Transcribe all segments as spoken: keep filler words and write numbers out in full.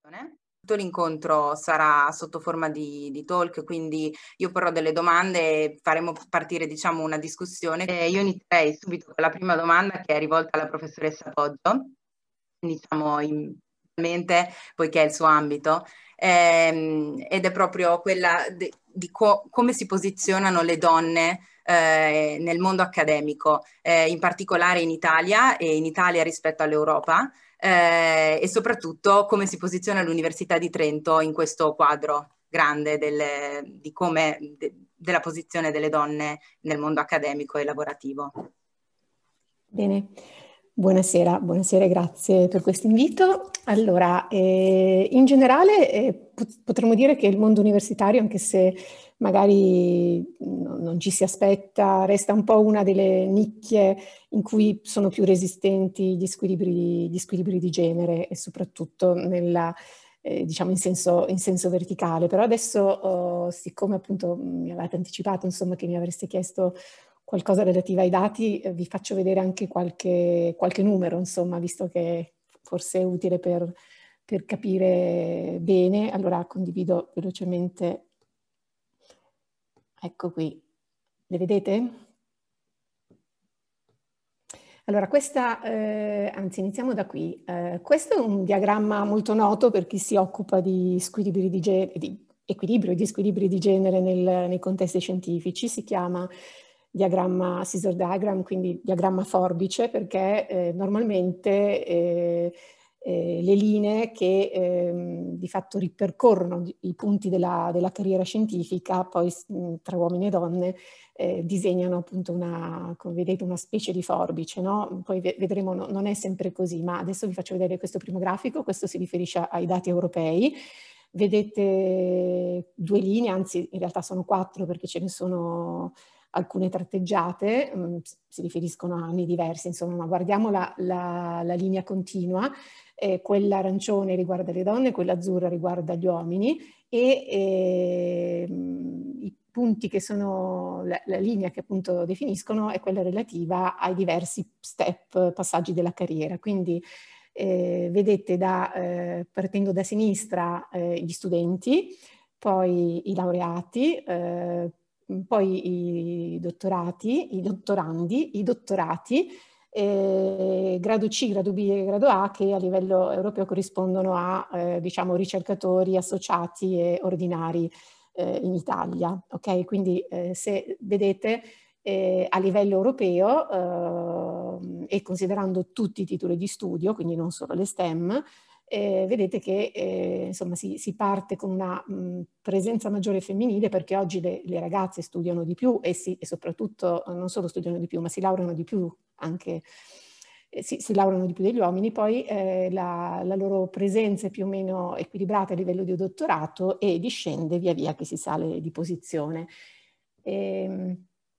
Tutto l'incontro sarà sotto forma di, di talk, quindi io porrò delle domande e faremo partire, diciamo, una discussione. Eh, io inizierei subito con la prima domanda, che è rivolta alla professoressa Poggio, diciamo in mente, poiché è il suo ambito, ehm, ed è proprio quella de, di co come si posizionano le donne eh, nel mondo accademico, eh, in particolare in Italia e in Italia rispetto all'Europa. Eh, e soprattutto come si posiziona l'Università di Trento in questo quadro grande delle, di come, de, della posizione delle donne nel mondo accademico e lavorativo. Bene, buonasera, buonasera e grazie per questo invito. Allora, eh, in generale eh, potremmo dire che il mondo universitario, anche se magari no, non ci si aspetta, resta un po' una delle nicchie in cui sono più resistenti gli squilibri, gli squilibri di genere e soprattutto nella, eh, diciamo in senso, in senso verticale. Però adesso, oh, siccome appunto mi avete anticipato, insomma, che mi avreste chiesto qualcosa relativa ai dati, eh, vi faccio vedere anche qualche, qualche numero, insomma, visto che forse è utile per, per capire bene. Allora condivido velocemente. Ecco qui. Le vedete? Allora, questa, eh, anzi iniziamo da qui. Eh, questo è un diagramma molto noto per chi si occupa di squilibri di genere, di equilibrio e di squilibri di genere nel, nei contesti scientifici. Si chiama diagramma scissor diagram, quindi diagramma forbice, perché eh, normalmente eh, eh, le linee che eh, di fatto ripercorrono i punti della, della carriera scientifica, poi mh, tra uomini e donne, eh, disegnano appunto una, come vedete, una specie di forbice, no? Poi vedremo, no, non è sempre così, ma adesso vi faccio vedere questo primo grafico. Questo si riferisce ai dati europei. Vedete due linee, anzi in realtà sono quattro perché ce ne sono alcune tratteggiate, mh, si riferiscono a anni diversi, insomma, ma guardiamo la, la, la linea continua. Eh, quella arancione riguarda le donne, quella azzurra riguarda gli uomini e eh, i punti che sono, la, la linea che appunto definiscono è quella relativa ai diversi step, passaggi della carriera. Quindi eh, vedete da, eh, partendo da sinistra eh, gli studenti, poi i laureati, eh, poi i dottorati, i dottorandi, i dottorati, eh, grado C, grado B e grado A, che a livello europeo corrispondono a eh, diciamo ricercatori associati e ordinari eh, in Italia. Ok, quindi eh, se vedete eh, a livello europeo eh, e considerando tutti i titoli di studio, quindi non solo le STEM, Eh, vedete che eh, insomma si, si parte con una mh, presenza maggiore femminile, perché oggi le, le ragazze studiano di più e, si, e soprattutto non solo studiano di più, ma si laureano di più anche, eh, si, si laureano di più degli uomini. Poi eh, la, la loro presenza è più o meno equilibrata a livello di dottorato e discende via via che si sale di posizione. E,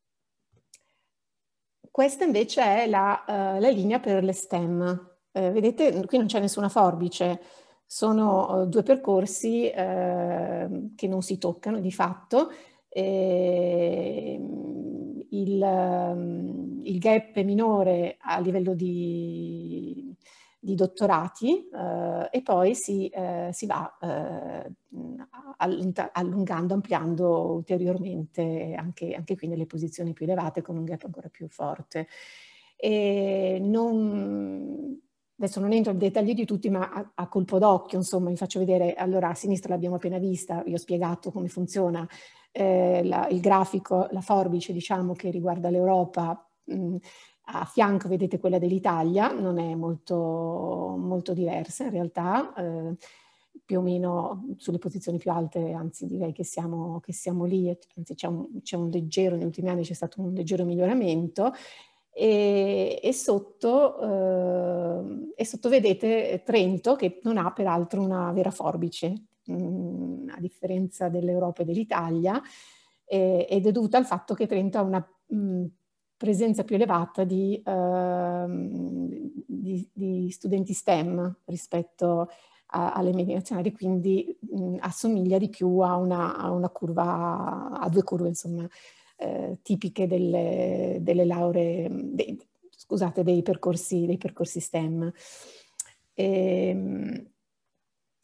questa invece è la, uh, la linea per le STEM. Eh, vedete, qui non c'è nessuna forbice, sono uh, due percorsi uh, che non si toccano di fatto. E, il, um, il gap è minore a livello di, di dottorati uh, e poi si, uh, si va uh, allungando, ampliando ulteriormente anche, anche qui nelle posizioni più elevate con un gap ancora più forte. E non, adesso non entro nei dettagli di tutti, ma a, a colpo d'occhio, insomma, vi faccio vedere. Allora, a sinistra l'abbiamo appena vista, vi ho spiegato come funziona eh, la, il grafico, la forbice, diciamo, che riguarda l'Europa. Mh, a fianco vedete quella dell'Italia, non è molto, molto diversa in realtà, eh, più o meno sulle posizioni più alte, anzi direi che siamo, che siamo lì, anzi c'è un, un leggero, negli ultimi anni c'è stato un leggero miglioramento. E, e, sotto, eh, e sotto vedete Trento, che non ha peraltro una vera forbice, mh, a differenza dell'Europa e dell'Italia, eh, ed è dovuta al fatto che Trento ha una mh, presenza più elevata di, uh, di, di studenti STEM rispetto a, alle medie nazionali, quindi mh, assomiglia di più a una, a una curva, a due curve, insomma, Eh, tipiche delle, delle lauree, dei, scusate, dei percorsi, dei percorsi STEM. E,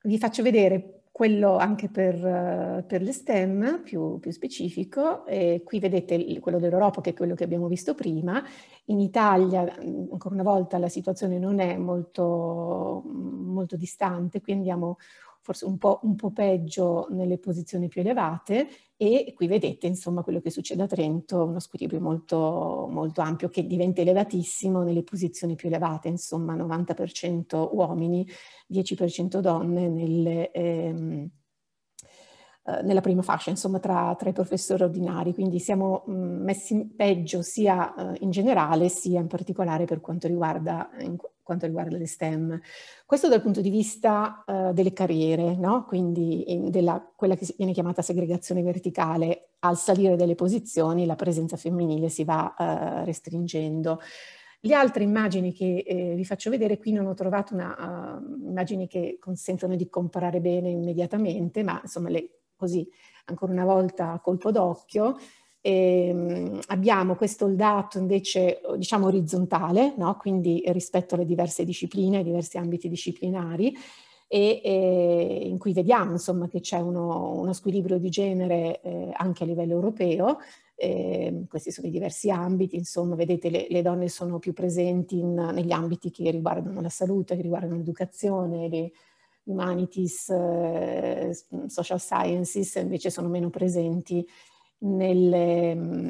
vi faccio vedere quello anche per, per le STEM più, più specifico. E qui vedete il, quello dell'Europa, che è quello che abbiamo visto prima. In Italia, ancora una volta, la situazione non è molto, molto distante, qui andiamo forse un po', un po' peggio nelle posizioni più elevate, e qui vedete insomma quello che succede a Trento, uno squilibrio molto, molto ampio che diventa elevatissimo nelle posizioni più elevate, insomma novanta per cento uomini, dieci per cento donne nelle, ehm, eh, nella prima fascia, insomma tra, tra i professori ordinari, quindi siamo mh, messi peggio sia eh, in generale sia in particolare per quanto riguarda, in quanto riguarda le STEM. Questo dal punto di vista uh, delle carriere, no? Quindi della, quella che viene chiamata segregazione verticale. Al salire delle posizioni la presenza femminile si va uh, restringendo. Le altre immagini che eh, vi faccio vedere, qui non ho trovato una, uh, immagini che consentono di comparare bene immediatamente, ma insomma le, così ancora una volta a colpo d'occhio. E, abbiamo questo il dato invece diciamo orizzontale, no? Quindi rispetto alle diverse discipline, ai diversi ambiti disciplinari, e, e in cui vediamo insomma che c'è uno, uno squilibrio di genere eh, anche a livello europeo. Eh, questi sono i diversi ambiti, insomma vedete le, le donne sono più presenti in, negli ambiti che riguardano la salute, che riguardano l'educazione, le humanities, eh, social sciences, invece sono meno presenti nelle,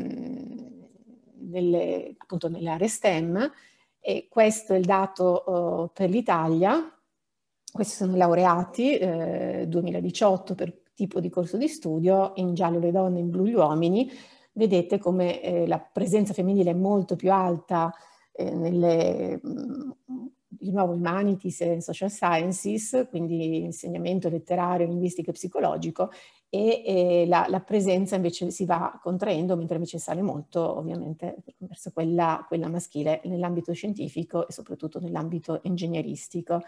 nelle, appunto nelle aree STEM, e questo è il dato uh, per l'Italia. Questi sono i laureati eh, duemiladiciotto per tipo di corso di studio, in giallo le donne, in blu gli uomini. Vedete come eh, la presenza femminile è molto più alta eh, nelle, mh, di nuovo, humanities e social sciences, quindi insegnamento letterario, linguistico e psicologico, e, e la, la presenza invece si va contraendo, mentre invece sale molto ovviamente verso quella, quella maschile nell'ambito scientifico e soprattutto nell'ambito ingegneristico.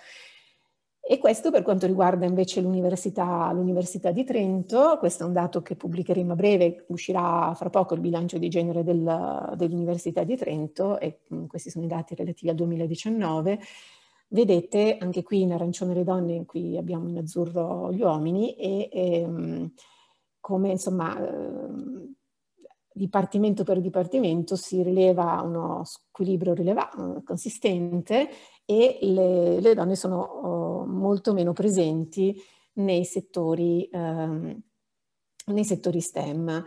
E questo per quanto riguarda invece l'Università l'Università di Trento. Questo è un dato che pubblicheremo a breve, uscirà fra poco il bilancio di genere del, dell'Università di Trento, e mh, questi sono i dati relativi al duemiladiciannove. Vedete anche qui in arancione le donne, qui abbiamo in azzurro gli uomini, e, e come insomma eh, dipartimento per dipartimento si rileva uno squilibrio rileva- consistente, e le, le donne sono oh, molto meno presenti nei settori, ehm, nei settori STEM.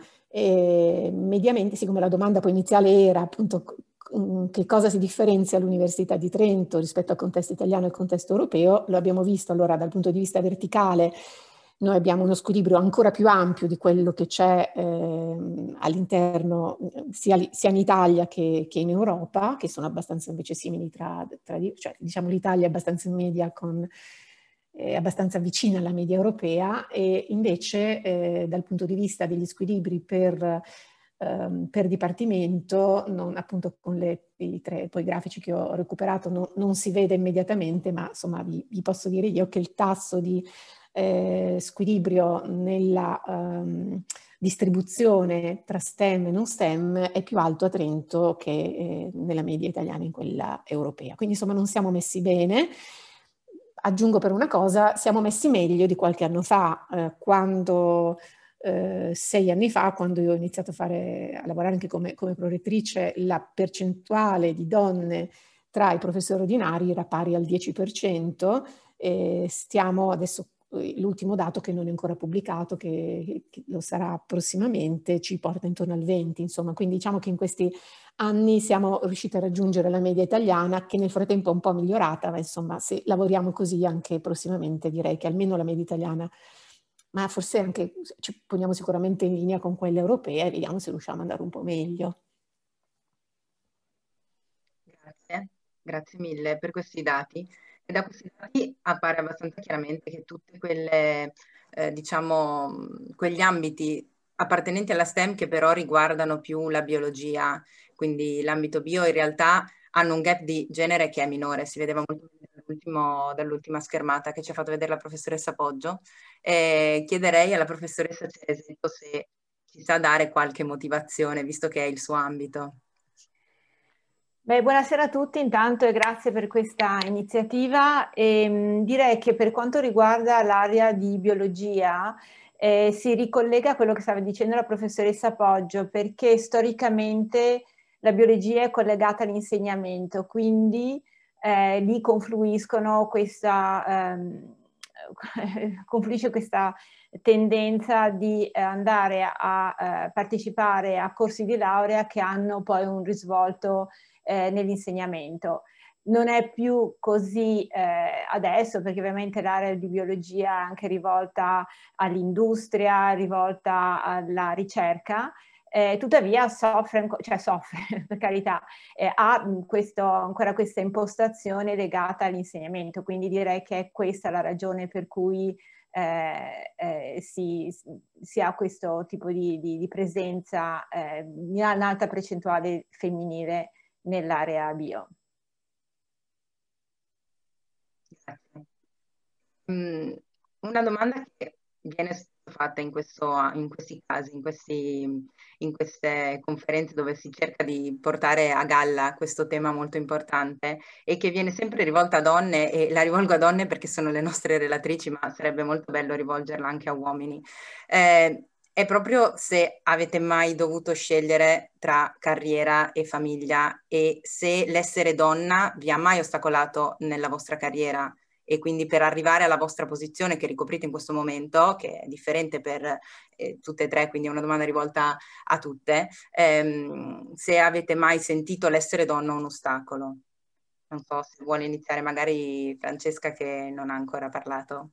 E mediamente, siccome la domanda poi iniziale era appunto che cosa si differenzia all'Università di Trento rispetto al contesto italiano e al contesto europeo, lo abbiamo visto allora dal punto di vista verticale. Noi abbiamo uno squilibrio ancora più ampio di quello che c'è eh, all'interno, sia, sia in Italia che, che in Europa, che sono abbastanza invece simili tra, tra cioè diciamo l'Italia è abbastanza in media con, eh, abbastanza vicina alla media europea, e invece eh, dal punto di vista degli squilibri per, ehm, per dipartimento, non, appunto con le, i tre poi grafici che ho recuperato, no, non si vede immediatamente, ma insomma vi, vi posso dire io che il tasso di Eh, squilibrio nella um, distribuzione tra STEM e non STEM è più alto a Trento che eh, nella media italiana e in quella europea. Quindi insomma non siamo messi bene. Aggiungo per una cosa, siamo messi meglio di qualche anno fa, eh, quando eh, sei anni fa, quando io ho iniziato a, fare, a lavorare anche come, come prorettrice, la percentuale di donne tra i professori ordinari era pari al dieci per cento. Eh, stiamo adesso, l'ultimo dato che non è ancora pubblicato, che, che lo sarà prossimamente, ci porta intorno al venti, insomma, quindi diciamo che in questi anni siamo riusciti a raggiungere la media italiana, che nel frattempo è un po' migliorata, ma insomma se lavoriamo così anche prossimamente direi che almeno la media italiana, ma forse anche ci poniamo sicuramente in linea con quella europea, e vediamo se riusciamo ad andare un po' meglio. Grazie, grazie mille per questi dati. E da questi dati appare abbastanza chiaramente che tutte quelle, eh, diciamo, quegli ambiti appartenenti alla STEM che però riguardano più la biologia, quindi l'ambito bio, in realtà hanno un gap di genere che è minore, si vedeva molto dall'ultimo- dall'ultima schermata che ci ha fatto vedere la professoressa Poggio. E chiederei alla professoressa Ceseto se ci sa dare qualche motivazione, visto che è il suo ambito. Beh, buonasera a tutti intanto e grazie per questa iniziativa. E, mh, direi che per quanto riguarda l'area di biologia eh, si ricollega a quello che stava dicendo la professoressa Poggio, perché storicamente la biologia è collegata all'insegnamento, quindi eh, lì confluiscono questa, ehm, confluisce questa tendenza di eh, andare a eh, partecipare a corsi di laurea che hanno poi un risvolto eh, nell'insegnamento. Non è più così eh, adesso, perché ovviamente l'area di biologia è anche rivolta all'industria, rivolta alla ricerca, eh, tuttavia soffre, cioè soffre per carità, eh, ha questo, ancora questa impostazione legata all'insegnamento, quindi direi che è questa la ragione per cui eh, eh, si, si ha questo tipo di, di, di presenza eh, in un'alta percentuale femminile nell'area bio. Grazie. Mm, una domanda che viene fatta in, questo, in questi casi, in, questi, in queste conferenze dove si cerca di portare a galla questo tema molto importante e che viene sempre rivolta a donne, e la rivolgo a donne perché sono le nostre relatrici, ma sarebbe molto bello rivolgerla anche a uomini. Eh, è proprio se avete mai dovuto scegliere tra carriera e famiglia e se l'essere donna vi ha mai ostacolato nella vostra carriera e quindi per arrivare alla vostra posizione che ricoprite in questo momento, che è differente per eh, tutte e tre, quindi è una domanda rivolta a tutte, ehm, se avete mai sentito l'essere donna un ostacolo. Non so se vuole iniziare magari Francesca che non ha ancora parlato.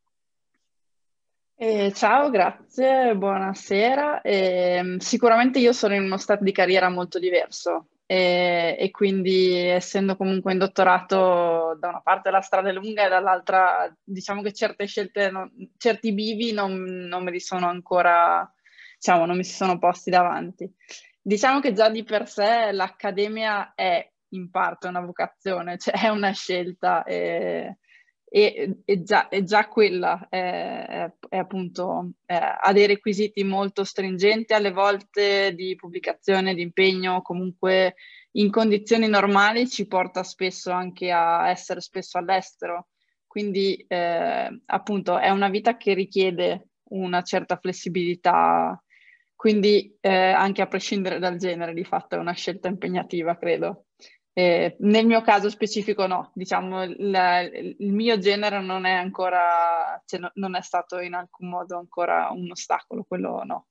Eh, ciao, grazie, buonasera. Ehm, sicuramente io sono in uno stato di carriera molto diverso e, e quindi essendo comunque in dottorato da una parte la strada è lunga e dall'altra diciamo che certe scelte, non- certi bivi non, non me li sono ancora, diciamo, non mi si sono posti davanti. Diciamo che già di per sé l'accademia è in parte una vocazione, cioè è una scelta. E, e, e già, e già quella è, è- è appunto eh, ha dei requisiti molto stringenti, alle volte di pubblicazione, di impegno, comunque in condizioni normali ci porta spesso anche a essere spesso all'estero. Quindi eh, appunto è una vita che richiede una certa flessibilità, quindi eh, anche a prescindere dal genere, di fatto è una scelta impegnativa, credo. Eh, nel mio caso specifico no, diciamo il, il mio genere non è ancora, cioè, no- non è stato in alcun modo ancora un ostacolo, quello no.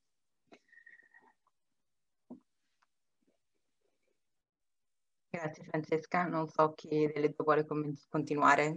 Grazie Francesca, non so chi delle due vuole com- continuare.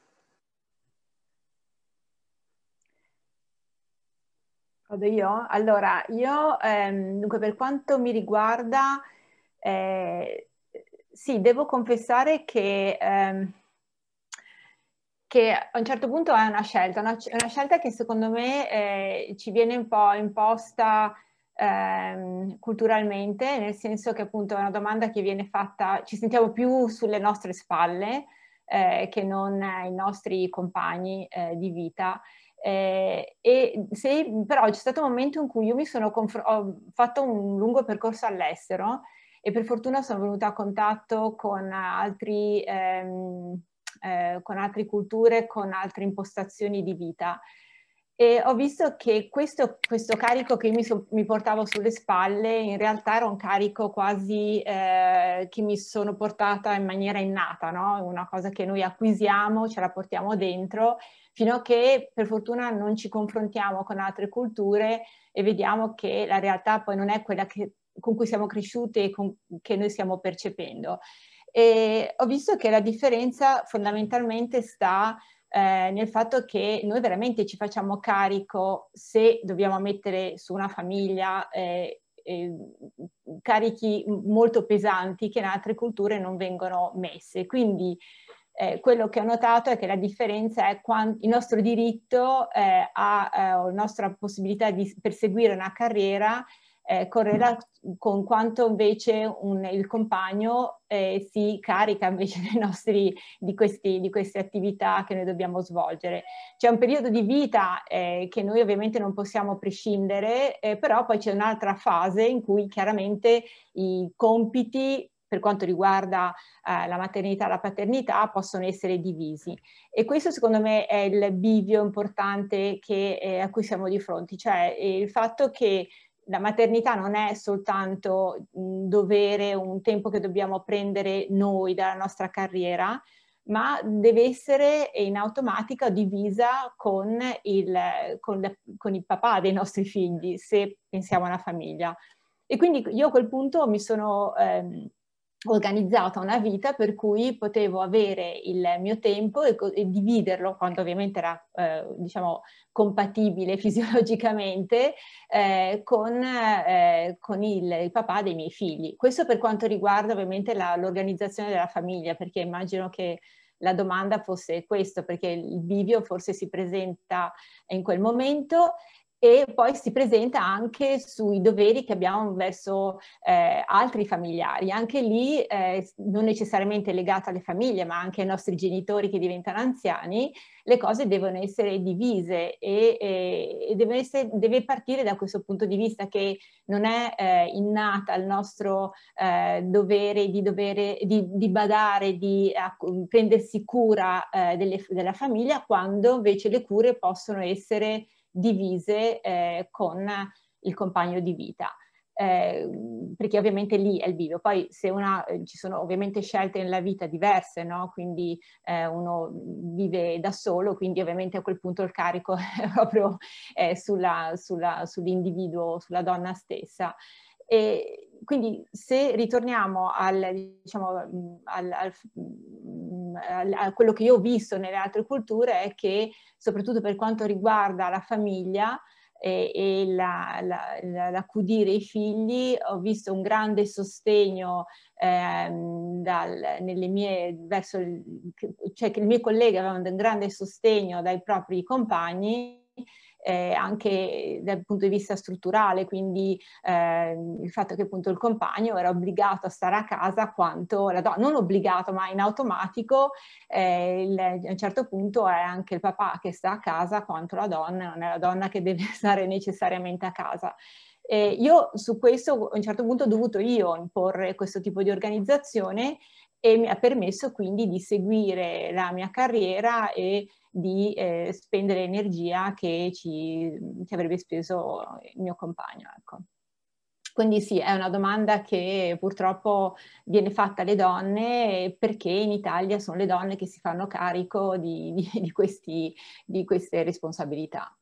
Vado io? Allora, io ehm, dunque per quanto mi riguarda, eh, sì, devo confessare che, ehm, che a un certo punto è una scelta, una, una scelta che secondo me eh, ci viene un po' imposta ehm, culturalmente, nel senso che appunto è una domanda che viene fatta, ci sentiamo più sulle nostre spalle eh, che non i nostri compagni eh, di vita. Eh, e se, però c'è stato un momento in cui io mi sono ho fatto un lungo percorso all'estero e per fortuna sono venuta a contatto con altri, ehm, eh, con altre culture, con altre impostazioni di vita. E ho visto che questo, questo carico che mi, so, mi portavo sulle spalle in realtà era un carico quasi eh, che mi sono portata in maniera innata, no? Una cosa che noi acquisiamo, ce la portiamo dentro, fino a che per fortuna non ci confrontiamo con altre culture e vediamo che la realtà poi non è quella che, con cui siamo cresciute e con, che noi stiamo percependo. E ho visto che la differenza fondamentalmente sta eh, nel fatto che noi veramente ci facciamo carico se dobbiamo mettere su una famiglia eh, eh, carichi molto pesanti che in altre culture non vengono messe. Quindi eh, quello che ho notato è che la differenza è quando il nostro diritto eh, a, eh, o la nostra possibilità di perseguire una carriera eh, correla con quanto invece un, il compagno eh, si carica invece dei nostri, di, questi, di queste attività che noi dobbiamo svolgere. C'è un periodo di vita eh, che noi ovviamente non possiamo prescindere, eh, però poi c'è un'altra fase in cui chiaramente i compiti per quanto riguarda eh, la maternità e la paternità possono essere divisi. E questo secondo me è il bivio importante che, eh, a cui siamo di fronte, cioè il fatto che la maternità non è soltanto un dovere, un tempo che dobbiamo prendere noi dalla nostra carriera, ma deve essere in automatica divisa con il, con, le, con il papà dei nostri figli, se pensiamo alla famiglia. E quindi io a quel punto mi sono ehm, organizzata una vita per cui potevo avere il mio tempo e, e dividerlo, quando ovviamente era eh, diciamo compatibile fisiologicamente, eh, con, eh, con il, il papà dei miei figli. Questo per quanto riguarda ovviamente l'organizzazione della famiglia, perché immagino che la domanda fosse questo, perché il bivio forse si presenta in quel momento e poi si presenta anche sui doveri che abbiamo verso eh, altri familiari. Anche lì, eh, non necessariamente legata alle famiglie, ma anche ai nostri genitori che diventano anziani, le cose devono essere divise e, e, e deve, essere, deve partire da questo punto di vista, che non è eh, innata al nostro eh, dovere di, dovere di, di badare, di uh, prendersi cura eh, delle, della famiglia, quando invece le cure possono essere divise eh, con il compagno di vita. Eh, perché ovviamente lì è il bivio. Poi se una, eh, ci sono ovviamente scelte nella vita diverse, no? Quindi eh, uno vive da solo, quindi ovviamente a quel punto il carico è proprio eh, sulla, sulla, sull'individuo, sulla donna stessa. E quindi se ritorniamo al, diciamo, al, al, al, a quello che io ho visto nelle altre culture, è che soprattutto per quanto riguarda la famiglia e, e la, la, l'accudire i figli, ho visto un grande sostegno ehm, dal, nelle mie, verso il, cioè che i miei colleghi avevano un grande sostegno dai propri compagni, Eh, anche dal punto di vista strutturale, quindi eh, il fatto che appunto il compagno era obbligato a stare a casa quanto la donna, non obbligato ma in automatico, eh, il, a un certo punto è anche il papà che sta a casa quanto la donna, non è la donna che deve stare necessariamente a casa. Eh, io su questo a un certo punto ho dovuto io imporre questo tipo di organizzazione, e mi ha permesso quindi di seguire la mia carriera e di eh, spendere energia che ci, ci avrebbe speso il mio compagno. Ecco. Quindi sì, è una domanda che purtroppo viene fatta alle donne, perché in Italia sono le donne che si fanno carico di, di, di, questi, di queste responsabilità.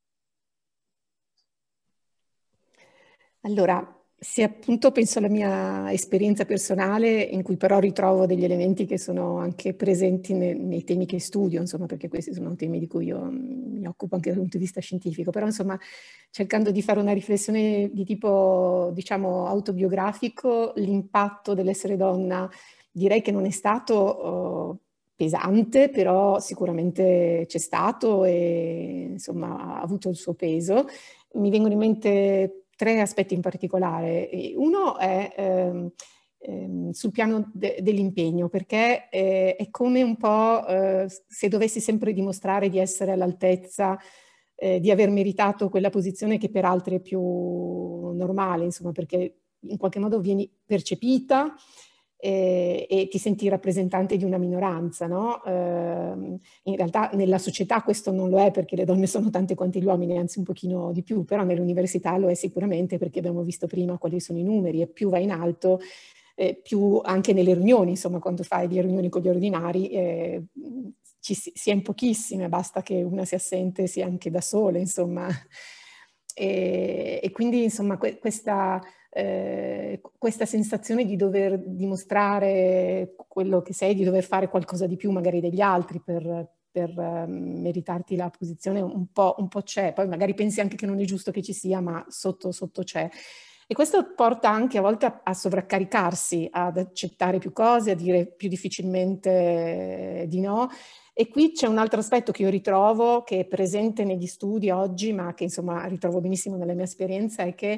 Allora, se appunto penso alla mia esperienza personale, in cui però ritrovo degli elementi che sono anche presenti nei, nei temi che studio, insomma, perché questi sono temi di cui io mi occupo anche dal punto di vista scientifico, però insomma, cercando di fare una riflessione di tipo, diciamo, autobiografico, l'impatto dell'essere donna direi che non è stato uh, pesante, però sicuramente c'è stato e insomma ha avuto il suo peso. Mi vengono in mente tre aspetti in particolare. Uno è ehm, ehm, sul piano de- dell'impegno, perché eh, è come un po' eh, se dovessi sempre dimostrare di essere all'altezza, eh, di aver meritato quella posizione che per altri è più normale, insomma, perché in qualche modo vieni percepita e, e ti senti rappresentante di una minoranza, no? Eh, in realtà nella società questo non lo è, perché le donne sono tante quanti gli uomini, anzi un pochino di più, però nell'università lo è sicuramente, perché abbiamo visto prima quali sono i numeri, e più va in alto, eh, più anche nelle riunioni, insomma, quando fai le riunioni con gli ordinari, eh, ci si, si è in pochissime, basta che una sia assente, sia anche da sola, insomma. E, e quindi, insomma, que- questa... Eh, questa sensazione di dover dimostrare quello che sei, di dover fare qualcosa di più magari degli altri per, per um, meritarti la posizione, un po', un po' c'è. Poi magari pensi anche che non è giusto che ci sia, ma sotto sotto c'è. E questo porta anche a volte a, a sovraccaricarsi, ad accettare più cose, a dire più difficilmente di no. E qui c'è un altro aspetto che io ritrovo, che è presente negli studi oggi, ma che insomma ritrovo benissimo nella mia esperienza, è che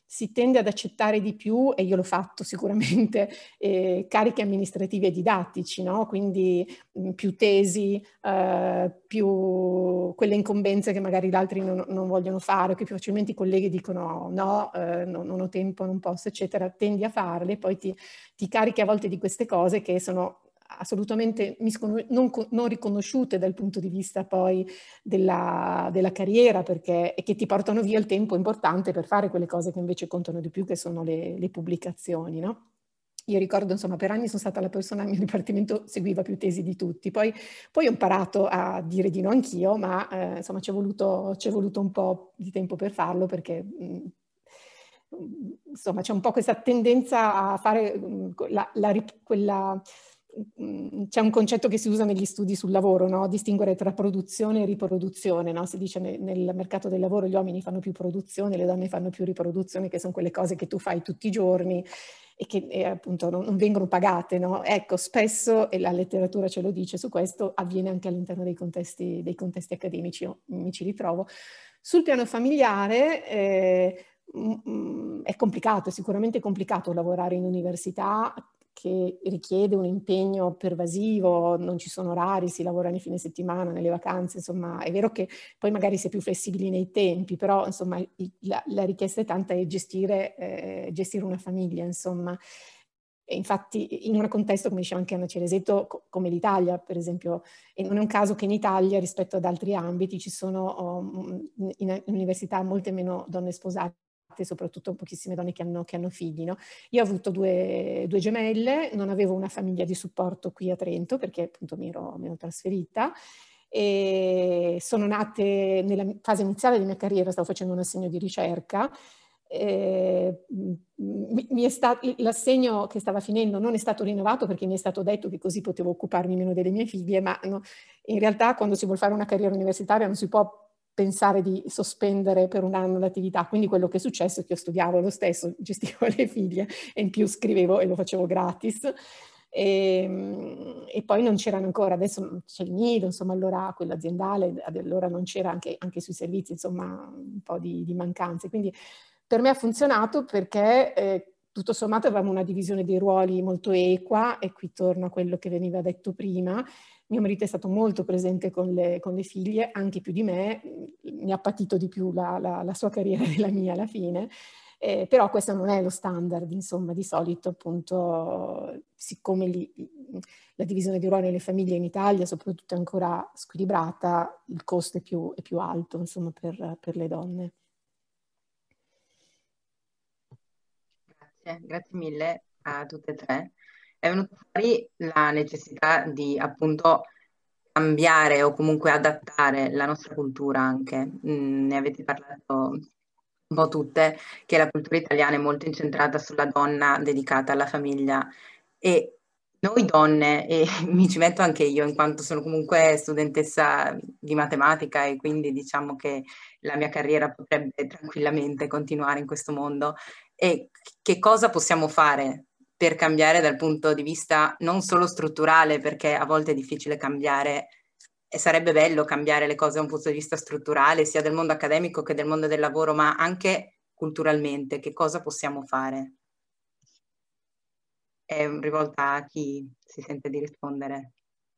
si tende ad accettare di più, e io l'ho fatto sicuramente, eh, carichi amministrativi e didattici, no? Quindi mh, più tesi, eh, più quelle incombenze che magari gli altri non, non vogliono fare, o che più facilmente i colleghi dicono no, eh, no, non ho tempo, non posso, eccetera, tendi a farle, poi ti, ti carichi a volte di queste cose che sono assolutamente non, non riconosciute dal punto di vista poi della, della carriera, perché, e che ti portano via il tempo importante per fare quelle cose che invece contano di più, che sono le, le pubblicazioni, no? Io ricordo, insomma, per anni sono stata la persona, il mio dipartimento seguiva più tesi di tutti, poi, poi ho imparato a dire di no anch'io, ma eh, insomma ci è voluto, c'è voluto un po' di tempo per farlo, perché mh, insomma c'è un po' questa tendenza a fare mh, la, la, quella... C'è un concetto che si usa negli studi sul lavoro, no? Distinguere tra produzione e riproduzione, no? Si dice nel, nel mercato del lavoro gli uomini fanno più produzione, le donne fanno più riproduzione, che sono quelle cose che tu fai tutti i giorni e che e appunto non, non vengono pagate, no? Ecco, spesso, e la letteratura ce lo dice su questo, avviene anche all'interno dei contesti, dei contesti accademici, io mi ci ritrovo. Sul piano familiare eh, è complicato, è sicuramente complicato lavorare in università, che richiede un impegno pervasivo, non ci sono orari, si lavora nei fine settimana, nelle vacanze, insomma è vero che poi magari si è più flessibili nei tempi, però insomma la, la richiesta è tanta, è gestire, eh, gestire una famiglia, insomma. E infatti in un contesto, come diceva anche Anna Ceresetto, come l'Italia per esempio, e non è un caso che in Italia rispetto ad altri ambiti ci sono um, in, in università molte meno donne sposate, soprattutto pochissime donne che hanno, che hanno figli, no? Io ho avuto due, due gemelle, non avevo una famiglia di supporto qui a Trento perché appunto mi ero, mi ero trasferita, e sono nate nella fase iniziale della mia carriera, stavo facendo un assegno di ricerca. Eh, mi è stato, l'assegno che stava finendo non è stato rinnovato perché mi è stato detto che così potevo occuparmi meno delle mie figlie, ma no, in realtà quando si vuole fare una carriera universitaria non si può pensare di sospendere per un anno l'attività, quindi quello che è successo è che io studiavo lo stesso, gestivo le figlie e in più scrivevo e lo facevo gratis. E, e poi non c'erano ancora, adesso c'è il nido, insomma allora quello aziendale, allora non c'era anche, anche sui servizi, insomma un po' di, di mancanze, quindi per me ha funzionato perché eh, tutto sommato avevamo una divisione dei ruoli molto equa, e qui torno a quello che veniva detto prima. Mio marito è stato molto presente con le, con le figlie, anche più di me, mi ha patito di più la, la, la sua carriera della mia alla fine, eh, però questo non è lo standard, insomma, di solito appunto, siccome li, la divisione dei ruoli nelle famiglie in Italia soprattutto è ancora squilibrata, il costo è più, è più alto, insomma, per, per le donne. Grazie, grazie mille a tutte e tre. È venuta fuori la necessità di appunto cambiare o comunque adattare la nostra cultura anche. Mm, ne avete parlato un po' tutte, che la cultura italiana è molto incentrata sulla donna dedicata alla famiglia, e noi donne, e mi ci metto anche io in quanto sono comunque studentessa di matematica e quindi diciamo che la mia carriera potrebbe tranquillamente continuare in questo mondo, e che cosa possiamo fare per cambiare dal punto di vista non solo strutturale, perché a volte è difficile cambiare e sarebbe bello cambiare le cose da un punto di vista strutturale, sia del mondo accademico che del mondo del lavoro, ma anche culturalmente, che cosa possiamo fare? È rivolta a chi si sente di rispondere.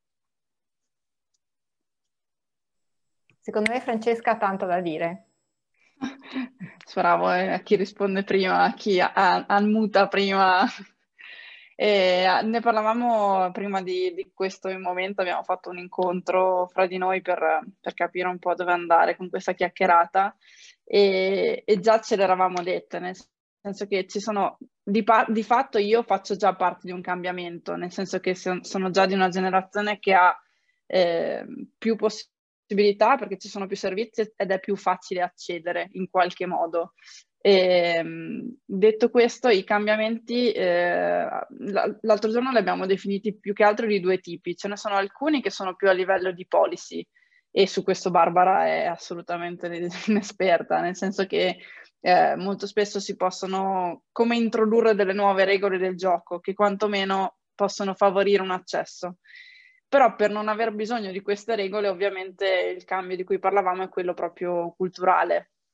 Secondo me Francesca ha tanto da dire. Speravo eh, a chi risponde prima, a chi anmuta prima. E ne parlavamo prima di, di questo momento, abbiamo fatto un incontro fra di noi per, per capire un po' dove andare con questa chiacchierata, e, e già ce l'eravamo dette, nel senso che ci sono, di, di fatto io faccio già parte di un cambiamento, nel senso che sono già di una generazione che ha eh, più possibilità perché ci sono più servizi ed è più facile accedere in qualche modo. E, detto questo, i cambiamenti eh, l'altro giorno li abbiamo definiti più che altro di due tipi. Ce ne sono alcuni che sono più a livello di policy, e su questo Barbara è assolutamente inesperta, nel senso che eh, molto spesso si possono come introdurre delle nuove regole del gioco che quantomeno possono favorire un accesso. Però per non aver bisogno di queste regole, ovviamente il cambio di cui parlavamo è quello proprio culturale.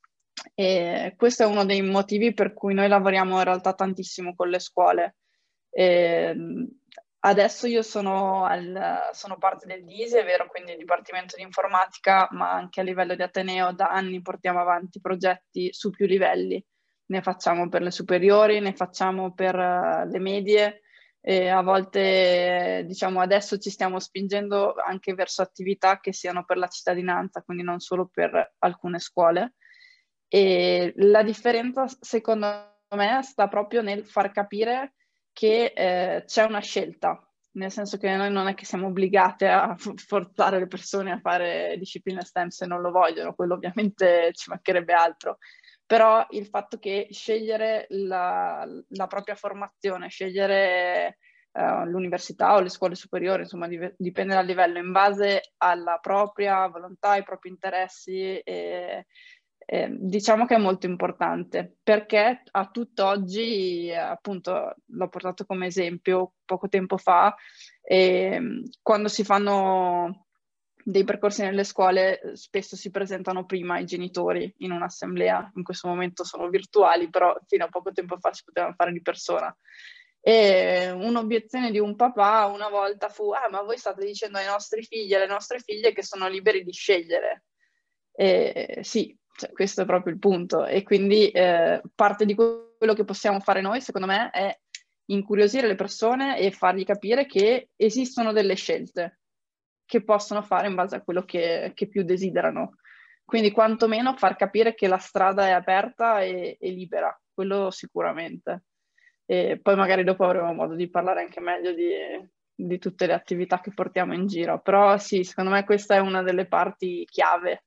E questo è uno dei motivi per cui noi lavoriamo in realtà tantissimo con le scuole. E adesso io sono, al, sono parte del D I S E, è vero, quindi il Dipartimento di Informatica, ma anche a livello di Ateneo da anni portiamo avanti progetti su più livelli. Ne facciamo per le superiori, ne facciamo per uh, le medie, e a volte, diciamo, adesso ci stiamo spingendo anche verso attività che siano per la cittadinanza, quindi non solo per alcune scuole. E la differenza, secondo me, sta proprio nel far capire che eh, c'è una scelta, nel senso che noi non è che siamo obbligate a forzare le persone a fare discipline STEM se non lo vogliono, quello ovviamente ci mancherebbe altro, però il fatto che scegliere la, la propria formazione, scegliere uh, l'università o le scuole superiori, insomma dipende dal livello, in base alla propria volontà, ai propri interessi, e, Eh, diciamo che è molto importante, perché a tutt'oggi, appunto, l'ho portato come esempio poco tempo fa, eh, quando si fanno dei percorsi nelle scuole spesso si presentano prima i genitori in un'assemblea, in questo momento sono virtuali, però fino a poco tempo fa si potevano fare di persona. E un'obiezione di un papà una volta fu: ah, ma voi state dicendo ai nostri figli e alle nostre figlie che sono liberi di scegliere. E, sì, cioè, questo è proprio il punto, e quindi eh, parte di quello che possiamo fare noi, secondo me, è incuriosire le persone e fargli capire che esistono delle scelte che possono fare in base a quello che, che più desiderano. Quindi quantomeno far capire che la strada è aperta e, e libera, quello sicuramente. E poi magari dopo avremo modo di parlare anche meglio di, di tutte le attività che portiamo in giro, però sì, secondo me questa è una delle parti chiave.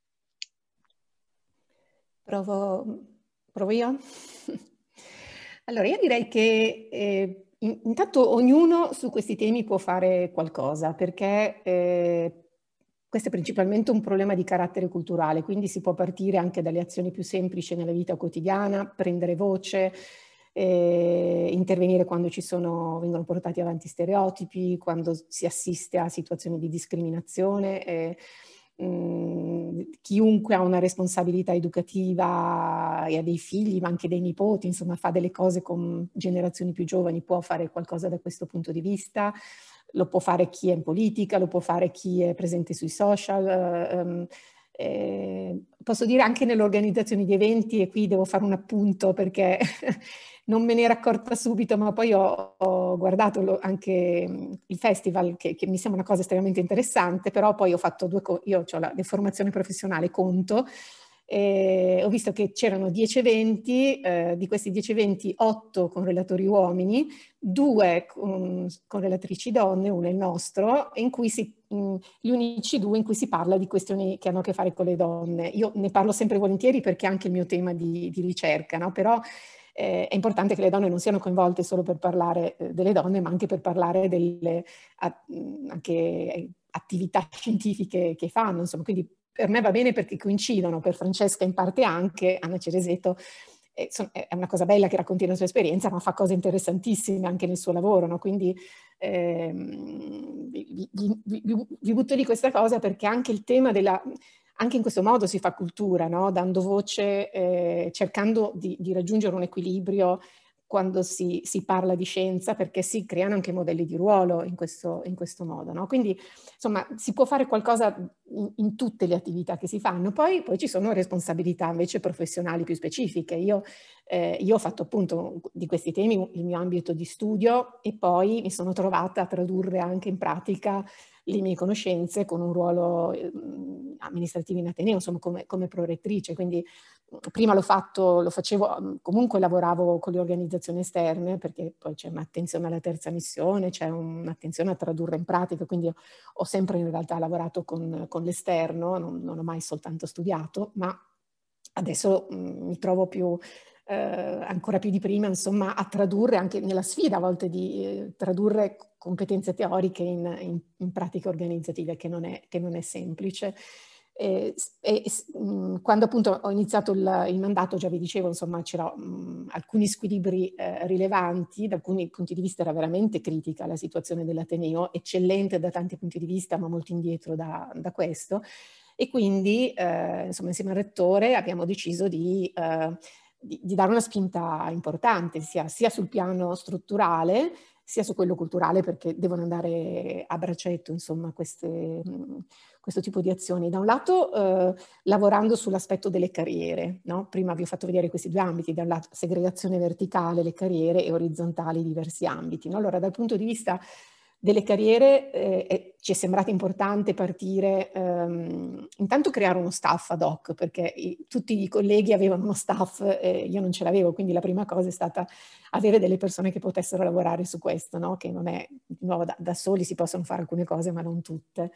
Provo, provo io? Allora, io direi che eh, in, intanto ognuno su questi temi può fare qualcosa, perché eh, questo è principalmente un problema di carattere culturale, quindi si può partire anche dalle azioni più semplici nella vita quotidiana, prendere voce, eh, intervenire quando ci sono, vengono portati avanti stereotipi, quando si assiste a situazioni di discriminazione. Eh, chiunque ha una responsabilità educativa e ha dei figli, ma anche dei nipoti, insomma fa delle cose con generazioni più giovani, può fare qualcosa da questo punto di vista. Lo può fare chi è in politica, lo può fare chi è presente sui social. Um, eh, posso dire anche nell'organizzazione di eventi, e qui devo fare un appunto perché non me ne ero accorta subito, ma poi ho, ho guardato lo, anche il festival, che, che mi sembra una cosa estremamente interessante, però poi ho fatto due cose, io ho la deformazione professionale, conto, e ho visto che c'erano dieci eventi, eh, di questi dieci eventi otto con relatori uomini, due con, con relatrici donne, uno è il nostro, in cui si, mh, gli unici due in cui si parla di questioni che hanno a che fare con le donne. Io ne parlo sempre volentieri perché è anche il mio tema di, di ricerca, no? Però eh, è importante che le donne non siano coinvolte solo per parlare eh, delle donne, ma anche per parlare delle a, anche attività scientifiche che fanno, insomma, quindi per me va bene perché coincidono, per Francesca in parte anche, Anna Ceresetto, eh, son, è una cosa bella che racconti la sua esperienza, ma fa cose interessantissime anche nel suo lavoro, no? Quindi ehm, vi, vi, vi, vi butto di questa cosa perché anche il tema della... Anche in questo modo si fa cultura, no? Dando voce, eh, cercando di, di raggiungere un equilibrio quando si, si parla di scienza, perché si creano anche modelli di ruolo in questo, in questo modo, no? Quindi, insomma, si può fare qualcosa in, in tutte le attività che si fanno. Poi, poi ci sono responsabilità invece professionali più specifiche. Io, eh, io ho fatto appunto di questi temi il mio ambito di studio e poi mi sono trovata a tradurre anche in pratica le mie conoscenze con un ruolo eh, amministrativo in Ateneo, insomma come, come prorettrice, quindi prima l'ho fatto, lo facevo, comunque lavoravo con le organizzazioni esterne perché poi c'è un'attenzione alla terza missione, c'è un'attenzione a tradurre in pratica, quindi ho, ho sempre in realtà lavorato con, con l'esterno, non, non ho mai soltanto studiato, ma adesso mh, mi trovo più... Eh, ancora più di prima, insomma, a tradurre anche nella sfida a volte di eh, tradurre competenze teoriche in, in, in pratiche organizzative, che non è, che non è semplice. E, e, mh, quando appunto ho iniziato il, il mandato, già vi dicevo, insomma, c'erano alcuni squilibri eh, rilevanti, da alcuni punti di vista era veramente critica la situazione dell'Ateneo, eccellente da tanti punti di vista, ma molto indietro da, da questo. E quindi, eh, insomma, insieme al rettore abbiamo deciso di, eh, di, di dare una spinta importante, sia, sia sul piano strutturale, sia su quello culturale, perché devono andare a braccetto, insomma, queste, questo tipo di azioni. Da un lato, eh, lavorando sull'aspetto delle carriere, no? Prima vi ho fatto vedere questi due ambiti, da un lato segregazione verticale, le carriere, e orizzontali, diversi ambiti, no? Allora, dal punto di vista delle carriere eh, ci è sembrato importante partire, ehm, intanto creare uno staff ad hoc, perché i, tutti i colleghi avevano uno staff, eh, io non ce l'avevo, quindi la prima cosa è stata avere delle persone che potessero lavorare su questo, no? Che non è, di nuovo, da, da soli si possono fare alcune cose, ma non tutte.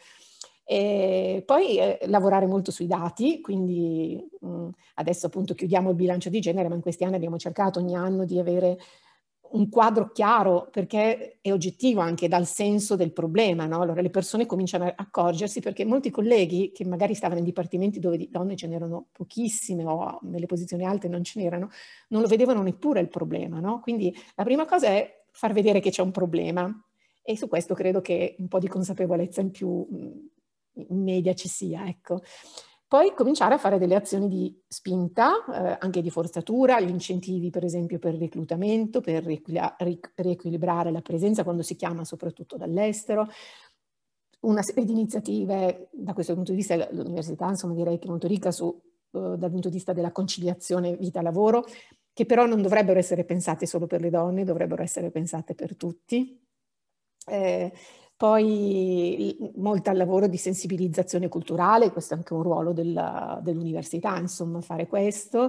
E poi eh, lavorare molto sui dati, quindi mh, adesso appunto chiudiamo il bilancio di genere, ma in questi anni abbiamo cercato ogni anno di avere un quadro chiaro, perché è oggettivo anche dal senso del problema, no? Allora le persone cominciano a accorgersi, perché molti colleghi che magari stavano in dipartimenti dove di donne ce n'erano pochissime o nelle posizioni alte non ce n'erano, non lo vedevano neppure il problema, no? Quindi la prima cosa è far vedere che c'è un problema, e su questo credo che un po' di consapevolezza in più in media ci sia, ecco. Poi cominciare a fare delle azioni di spinta, eh, anche di forzatura, gli incentivi per esempio per il reclutamento, per riequilibrare la presenza quando si chiama soprattutto dall'estero. Una serie di iniziative, da questo punto di vista l'università insomma direi che è molto ricca su, uh, dal punto di vista della conciliazione vita-lavoro, che però non dovrebbero essere pensate solo per le donne, dovrebbero essere pensate per tutti. Eh, Poi molto al lavoro di sensibilizzazione culturale, questo è anche un ruolo del, dell'università, insomma, fare questo.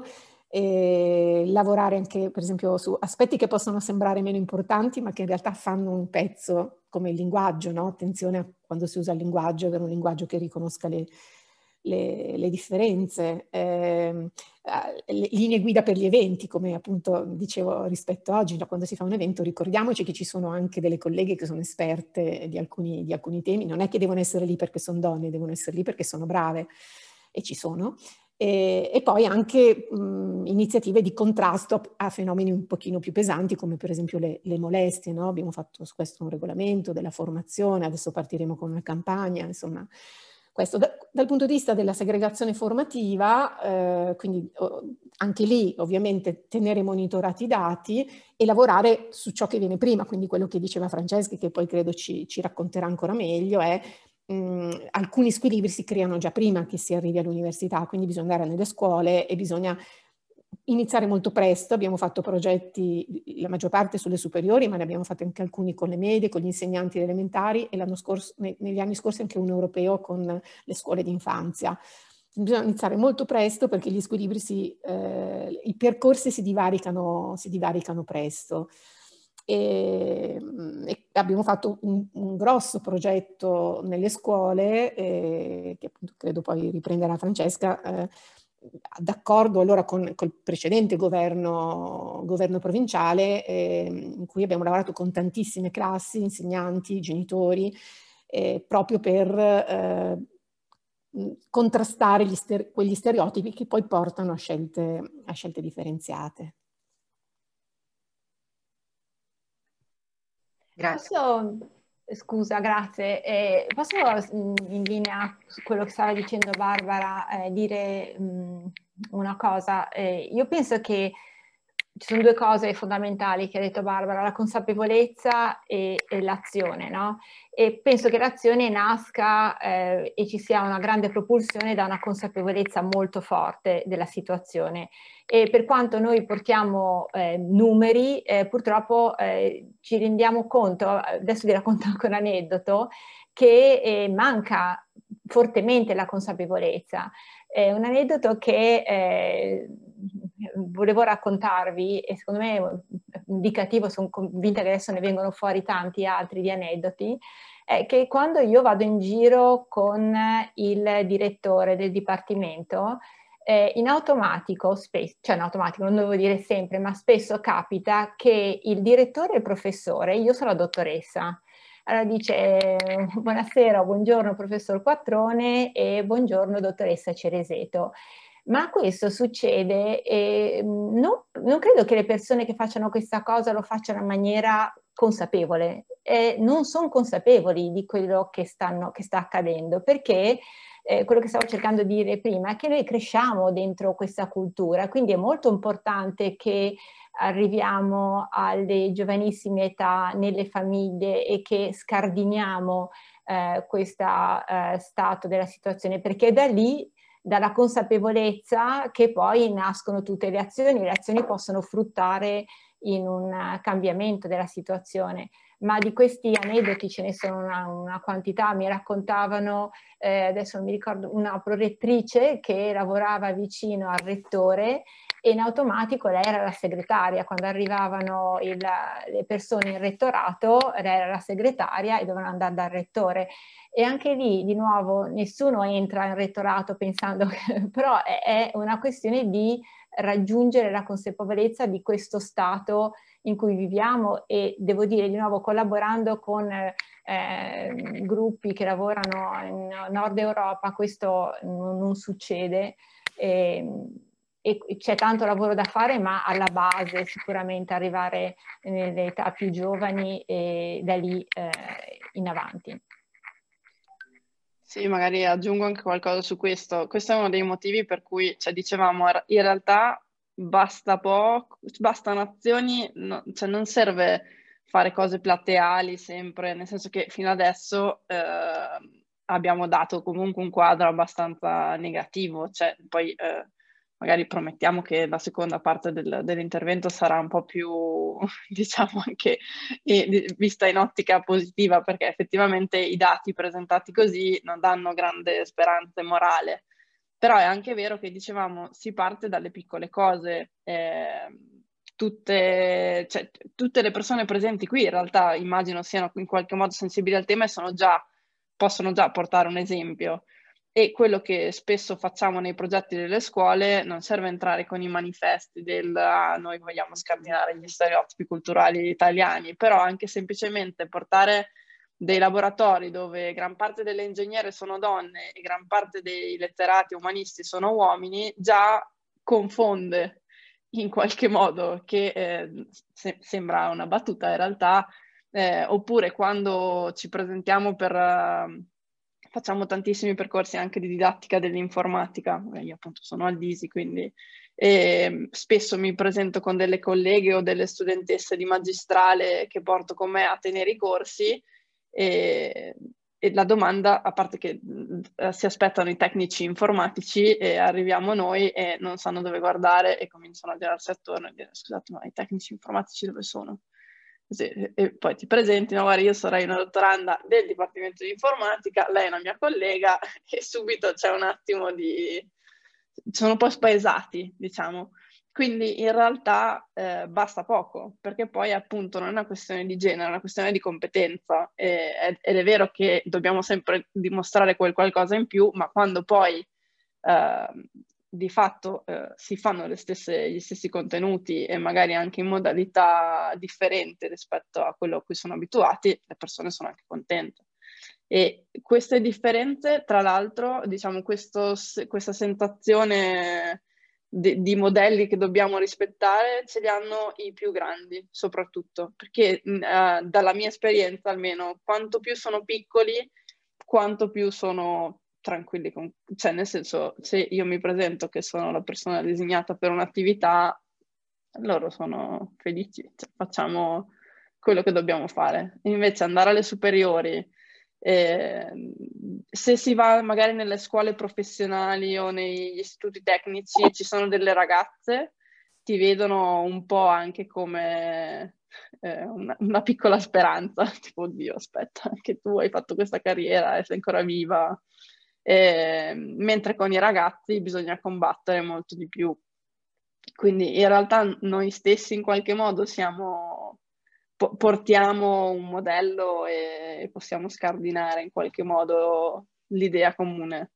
E lavorare anche, per esempio, su aspetti che possono sembrare meno importanti, ma che in realtà fanno un pezzo, come il linguaggio, no? Attenzione a quando si usa il linguaggio, avere un linguaggio che riconosca le, le, le differenze. Eh, le linee guida per gli eventi, come appunto dicevo rispetto a oggi, no? Quando si fa un evento ricordiamoci che ci sono anche delle colleghe che sono esperte di alcuni, di alcuni temi, non è che devono essere lì perché sono donne, devono essere lì perché sono brave, e ci sono. E, e poi anche mh, iniziative di contrasto a, a fenomeni un pochino più pesanti, come per esempio le, le molestie, no? Abbiamo fatto su questo un regolamento della formazione, adesso partiremo con una campagna, insomma. Questo da, dal punto di vista della segregazione formativa, eh, quindi oh, anche lì ovviamente tenere monitorati i dati e lavorare su ciò che viene prima, quindi quello che diceva Francesca, che poi credo ci, ci racconterà ancora meglio, è mh, alcuni squilibri si creano già prima che si arrivi all'università, quindi bisogna andare nelle scuole e bisogna iniziare molto presto. Abbiamo fatto progetti, la maggior parte sulle superiori, ma ne abbiamo fatti anche alcuni con le medie, con gli insegnanti elementari, e l'anno scorso, negli anni scorsi anche uno europeo con le scuole di infanzia. Bisogna iniziare molto presto perché gli squilibri si, eh, i percorsi si divaricano, si divaricano presto. E, e abbiamo fatto un, un grosso progetto nelle scuole, eh, che appunto credo poi riprenderà Francesca, eh, d'accordo allora con il precedente governo, governo provinciale, eh, in cui abbiamo lavorato con tantissime classi, insegnanti, genitori, eh, proprio per eh, contrastare gli ster- quegli stereotipi che poi portano a scelte, a scelte differenziate. Grazie. Posso, scusa, grazie. Eh, posso in linea su quello che stava dicendo Barbara eh, dire mh, una cosa? Eh, io penso che ci sono due cose fondamentali che ha detto Barbara, la consapevolezza e, e l'azione, no? E penso che l'azione nasca eh, e ci sia una grande propulsione da una consapevolezza molto forte della situazione. E per quanto noi portiamo eh, numeri, eh, purtroppo eh, ci rendiamo conto, adesso vi racconto anche un aneddoto, che eh, manca fortemente la consapevolezza. È un aneddoto che eh, volevo raccontarvi e secondo me è indicativo, sono convinta che adesso ne vengono fuori tanti altri di aneddoti, è che quando io vado in giro con il direttore del dipartimento, eh, in automatico, spesso, cioè in automatico non devo dire sempre, ma spesso capita che il direttore e il professore, io sono la dottoressa, Allora dice eh, buonasera, buongiorno professor Quattrone e buongiorno dottoressa Cereseto. Ma questo succede e non, non credo che le persone che facciano questa cosa lo facciano in maniera consapevole, eh, non sono consapevoli di quello che, stanno, che sta accadendo, perché eh, quello che stavo cercando di dire prima è che noi cresciamo dentro questa cultura, quindi è molto importante che arriviamo alle giovanissime età nelle famiglie e che scardiniamo eh, questo eh, stato della situazione, perché da lì, dalla consapevolezza, che poi nascono tutte le azioni, le azioni possono fruttare in un cambiamento della situazione. Ma di questi aneddoti ce ne sono una, una quantità. Mi raccontavano, eh, adesso non mi ricordo, una prorettrice che lavorava vicino al rettore e in automatico lei era la segretaria. Quando arrivavano il, le persone in rettorato, lei era la segretaria e dovevano andare dal rettore. E anche lì, di nuovo, nessuno entra in rettorato pensando che... però è, è una questione di raggiungere la consapevolezza di questo stato in cui viviamo e devo dire di nuovo collaborando con eh, gruppi che lavorano in Nord Europa questo non, non succede e, e c'è tanto lavoro da fare, ma alla base sicuramente arrivare nelle età più giovani e da lì eh, in avanti. Sì, magari aggiungo anche qualcosa su questo. Questo è uno dei motivi per cui, cioè, dicevamo, in realtà basta poco, bastano azioni, no, cioè non serve fare cose plateali sempre, nel senso che fino adesso eh, abbiamo dato comunque un quadro abbastanza negativo, cioè poi eh, magari promettiamo che la seconda parte del, dell'intervento sarà un po' più, diciamo, anche eh, vista in ottica positiva, perché effettivamente i dati presentati così non danno grande speranza morale. Però è anche vero che, dicevamo, si parte dalle piccole cose. Eh, tutte, cioè, tutte le persone presenti qui in realtà immagino siano in qualche modo sensibili al tema e sono già, possono già portare un esempio. E quello che spesso facciamo nei progetti delle scuole non serve entrare con i manifesti del ah, noi vogliamo scardinare gli stereotipi culturali italiani, però anche semplicemente portare dei laboratori dove gran parte delle ingegnere sono donne e gran parte dei letterati umanisti sono uomini, già confonde in qualche modo, che eh, se- sembra una battuta in realtà, eh, oppure quando ci presentiamo per... Uh, facciamo tantissimi percorsi anche di didattica dell'informatica, io appunto sono al D I S I, quindi e spesso mi presento con delle colleghe o delle studentesse di magistrale che porto con me a tenere i corsi e, e la domanda, a parte che eh, si aspettano i tecnici informatici e arriviamo noi e non sanno dove guardare e cominciano a girarsi attorno e dire scusate ma i tecnici informatici dove sono? Sì, e poi ti presenti, no, guarda, io sarei una dottoranda del Dipartimento di Informatica, lei è una mia collega e subito c'è un attimo di... sono un po' spaesati, diciamo. Quindi in realtà eh, basta poco, perché poi appunto non è una questione di genere, è una questione di competenza e, ed è vero che dobbiamo sempre dimostrare quel qualcosa in più, ma quando poi eh, di fatto eh, si fanno le stesse, gli stessi contenuti e magari anche in modalità differenti rispetto a quello a cui sono abituati, le persone sono anche contente. E queste differenze, tra l'altro, diciamo, questo, questa sensazione di, di modelli che dobbiamo rispettare ce li hanno i più grandi, soprattutto, perché eh, dalla mia esperienza almeno, quanto più sono piccoli, quanto più sono tranquilli, con... cioè nel senso, se io mi presento che sono la persona designata per un'attività, loro sono felici, cioè, facciamo quello che dobbiamo fare. Invece andare alle superiori, eh, se si va magari nelle scuole professionali o negli istituti tecnici, ci sono delle ragazze, ti vedono un po' anche come eh, una, una piccola speranza, tipo oddio aspetta, anche tu hai fatto questa carriera e sei ancora viva. Eh, mentre con i ragazzi bisogna combattere molto di più. Quindi in realtà noi stessi in qualche modo siamo, po- portiamo un modello e possiamo scardinare in qualche modo l'idea comune.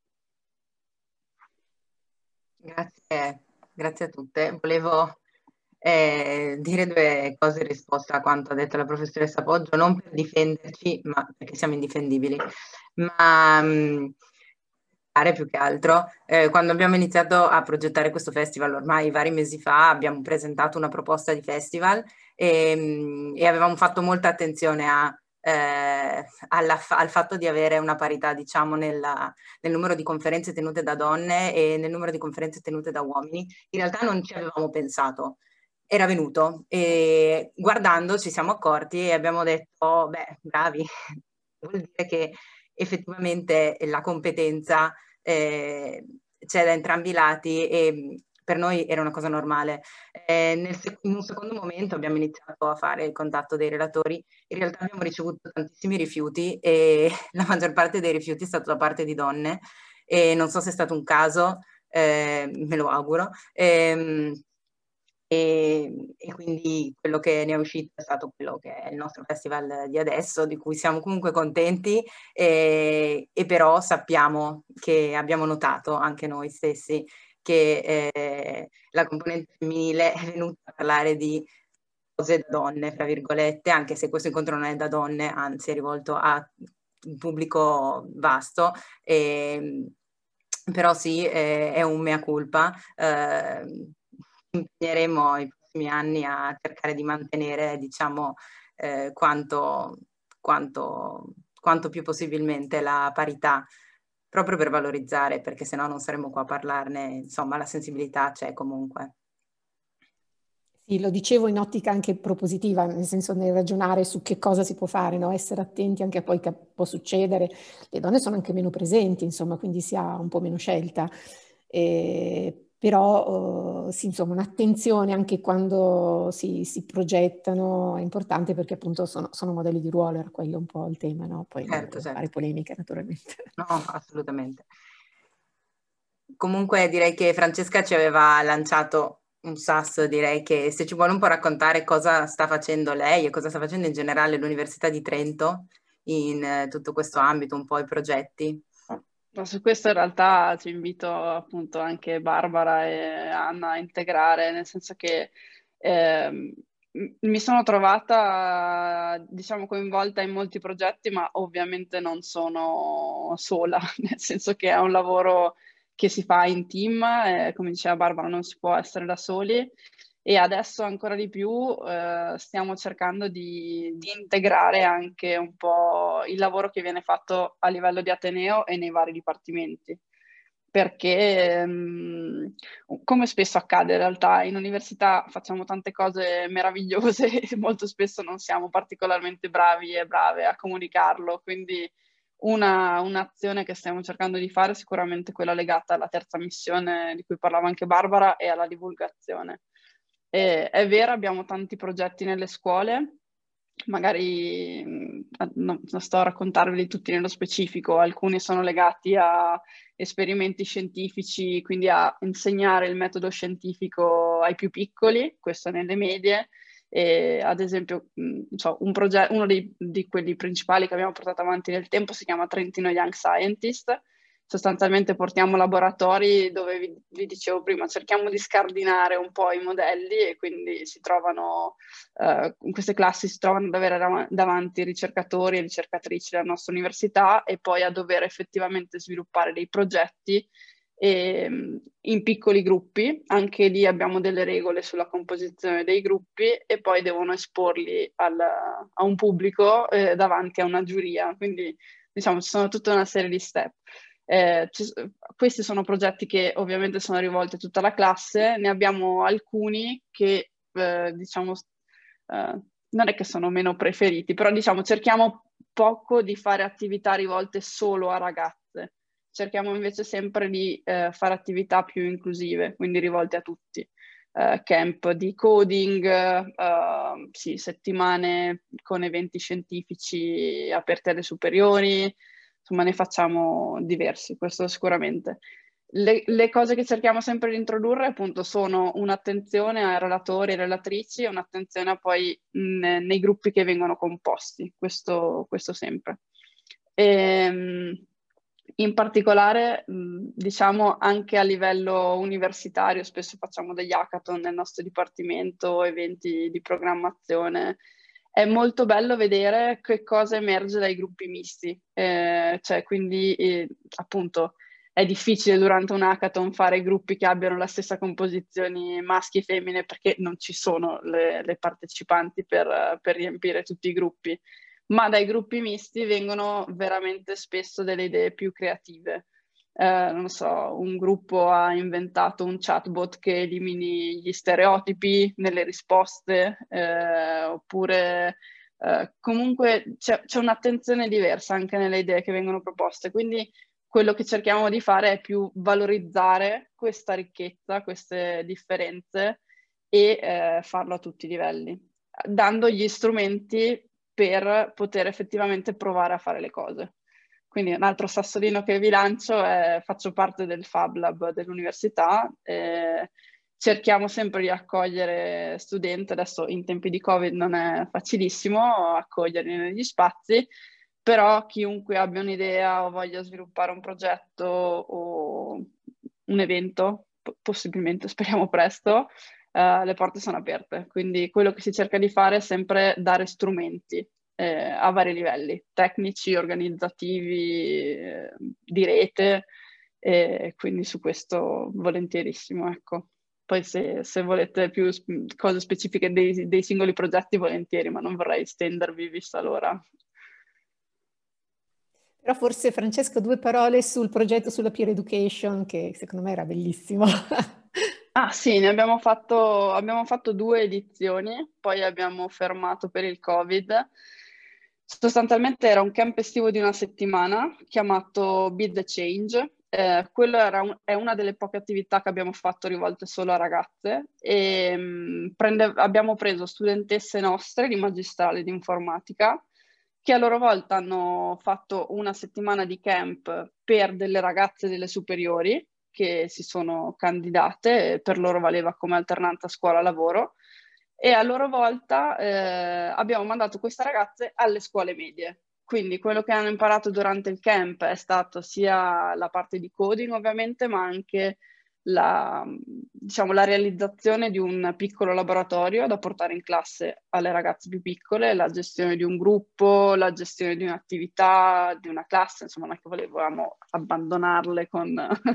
Grazie, grazie a tutte. Volevo eh, dire due cose in risposta a quanto ha detto la professoressa Poggio, non per difenderci, ma perché siamo indifendibili, ma mh, più che altro, eh, quando abbiamo iniziato a progettare questo festival, ormai vari mesi fa, abbiamo presentato una proposta di festival e, mh, e avevamo fatto molta attenzione a Eh, alla, al fatto di avere una parità, diciamo, nella, nel numero di conferenze tenute da donne e nel numero di conferenze tenute da uomini. In realtà non ci avevamo pensato, era venuto e guardando ci siamo accorti e abbiamo detto, beh, bravi, vuol dire che effettivamente la competenza eh, c'è da entrambi i lati e per noi era una cosa normale. Eh, nel sec- in un secondo momento abbiamo iniziato a fare il contatto dei relatori, in realtà abbiamo ricevuto tantissimi rifiuti e la maggior parte dei rifiuti è stato da parte di donne e non so se è stato un caso, eh, me lo auguro. Ehm, e, e quindi quello che ne è uscito è stato quello che è il nostro festival di adesso, di cui siamo comunque contenti e, e però sappiamo che abbiamo notato anche noi stessi che eh, la componente femminile è venuta a parlare di cose da donne, fra virgolette, anche se questo incontro non è da donne, anzi è rivolto a un pubblico vasto. E, però sì, eh, è un mea culpa. Eh, impegneremo i prossimi anni a cercare di mantenere, diciamo, eh, quanto, quanto, quanto più possibilmente la parità, proprio per valorizzare, perché sennò non saremmo qua a parlarne, insomma, la sensibilità c'è comunque. Sì, lo dicevo in ottica anche propositiva, nel senso nel ragionare su che cosa si può fare, no? Essere attenti anche a poi che può succedere. Le donne sono anche meno presenti, insomma, quindi si ha un po' meno scelta. Eh, però, eh, sì, insomma, un'attenzione anche quando si, si progettano è importante perché appunto sono, sono modelli di ruolo, era quello un po' il tema, no? Poi non Certo, volevo certo. fare polemica, naturalmente. No, assolutamente. Comunque direi che Francesca ci aveva lanciato un sasso, direi che se ci vuole un po' raccontare cosa sta facendo lei e cosa sta facendo in generale l'Università di Trento in eh, tutto questo ambito, un po' i progetti. No, su questo in realtà ci invito appunto anche Barbara e Anna a integrare, nel senso che ehm, m- mi sono trovata, diciamo, coinvolta in molti progetti, ma ovviamente non sono sola, nel senso che è un lavoro che si fa in team, e, come diceva Barbara, non si può essere da soli. E adesso ancora di più eh, stiamo cercando di, di integrare anche un po' il lavoro che viene fatto a livello di Ateneo e nei vari dipartimenti. Perché, mh, come spesso accade in realtà, in università facciamo tante cose meravigliose e molto spesso non siamo particolarmente bravi e brave a comunicarlo. Quindi una, un'azione che stiamo cercando di fare è sicuramente quella legata alla terza missione di cui parlava anche Barbara e alla divulgazione. E, è vero, abbiamo tanti progetti nelle scuole, magari non, non sto a raccontarveli tutti nello specifico, alcuni sono legati a esperimenti scientifici, quindi a insegnare il metodo scientifico ai più piccoli, questo nelle medie. E, ad esempio, mh, so, un progetto, uno dei, di quelli principali che abbiamo portato avanti nel tempo si chiama Trentino Young Scientist. Sostanzialmente portiamo laboratori dove vi, vi dicevo prima, cerchiamo di scardinare un po' i modelli e quindi si trovano, eh, in queste classi si trovano ad avere davanti ricercatori e ricercatrici della nostra università e poi a dover effettivamente sviluppare dei progetti e, in piccoli gruppi. Anche lì abbiamo delle regole sulla composizione dei gruppi e poi devono esporli al, a un pubblico eh, davanti a una giuria. Quindi diciamo ci sono tutta una serie di step. Eh, ci, questi sono progetti che ovviamente sono rivolti a tutta la classe, ne abbiamo alcuni che eh, diciamo eh, non è che sono meno preferiti, però diciamo cerchiamo poco di fare attività rivolte solo a ragazze, cerchiamo invece sempre di eh, fare attività più inclusive, quindi rivolte a tutti. Uh, camp di coding, uh, sì, settimane con eventi scientifici aperti alle superiori, insomma ne facciamo diversi, questo sicuramente. Le, le cose che cerchiamo sempre di introdurre appunto sono un'attenzione ai relatori e relatrici e un'attenzione poi mh, nei gruppi che vengono composti, questo, questo sempre. E, In particolare, mh, diciamo anche a livello universitario, spesso facciamo degli hackathon nel nostro dipartimento, eventi di programmazione. È molto bello vedere che cosa emerge dai gruppi misti, eh, cioè quindi eh, appunto è difficile durante un hackathon fare gruppi che abbiano la stessa composizione maschi e femmine perché non ci sono le, le partecipanti per, per riempire tutti i gruppi, ma dai gruppi misti vengono veramente spesso delle idee più creative. Eh, non so, un gruppo ha inventato un chatbot che elimini gli stereotipi nelle risposte, eh, oppure eh, comunque c'è, c'è un'attenzione diversa anche nelle idee che vengono proposte. Quindi quello che cerchiamo di fare è più valorizzare questa ricchezza, queste differenze e eh, farlo a tutti i livelli, dando gli strumenti per poter effettivamente provare a fare le cose. Quindi un altro sassolino che vi lancio è, faccio parte del Fab Lab dell'università, eh, cerchiamo sempre di accogliere studenti, adesso in tempi di Covid non è facilissimo accoglierli negli spazi, però chiunque abbia un'idea o voglia sviluppare un progetto o un evento, possibilmente speriamo presto, Uh, le porte sono aperte, quindi quello che si cerca di fare è sempre dare strumenti eh, a vari livelli, tecnici, organizzativi, eh, di rete, e quindi su questo volentierissimo, ecco. Poi se, se volete più sp- cose specifiche dei, dei singoli progetti, volentieri, ma non vorrei stendervi vista l'ora. Però forse, Francesco, due parole sul progetto sulla peer education, che secondo me era bellissimo. Ah sì, ne abbiamo fatto, abbiamo fatto due edizioni, poi abbiamo fermato per il Covid. Sostanzialmente era un camp estivo di una settimana chiamato Be the Change. Eh, quello era un- è una delle poche attività che abbiamo fatto rivolte solo a ragazze e mh, prende- abbiamo preso studentesse nostre di magistrale di informatica che a loro volta hanno fatto una settimana di camp per delle ragazze delle superiori che si sono candidate, e per loro valeva come alternanza scuola-lavoro, e a loro volta eh, abbiamo mandato queste ragazze alle scuole medie. Quindi quello che hanno imparato durante il camp è stato sia la parte di coding ovviamente, ma anche la, diciamo, la realizzazione di un piccolo laboratorio da portare in classe alle ragazze più piccole, la gestione di un gruppo, la gestione di un'attività, di una classe, insomma non è che volevamo abbandonarle con,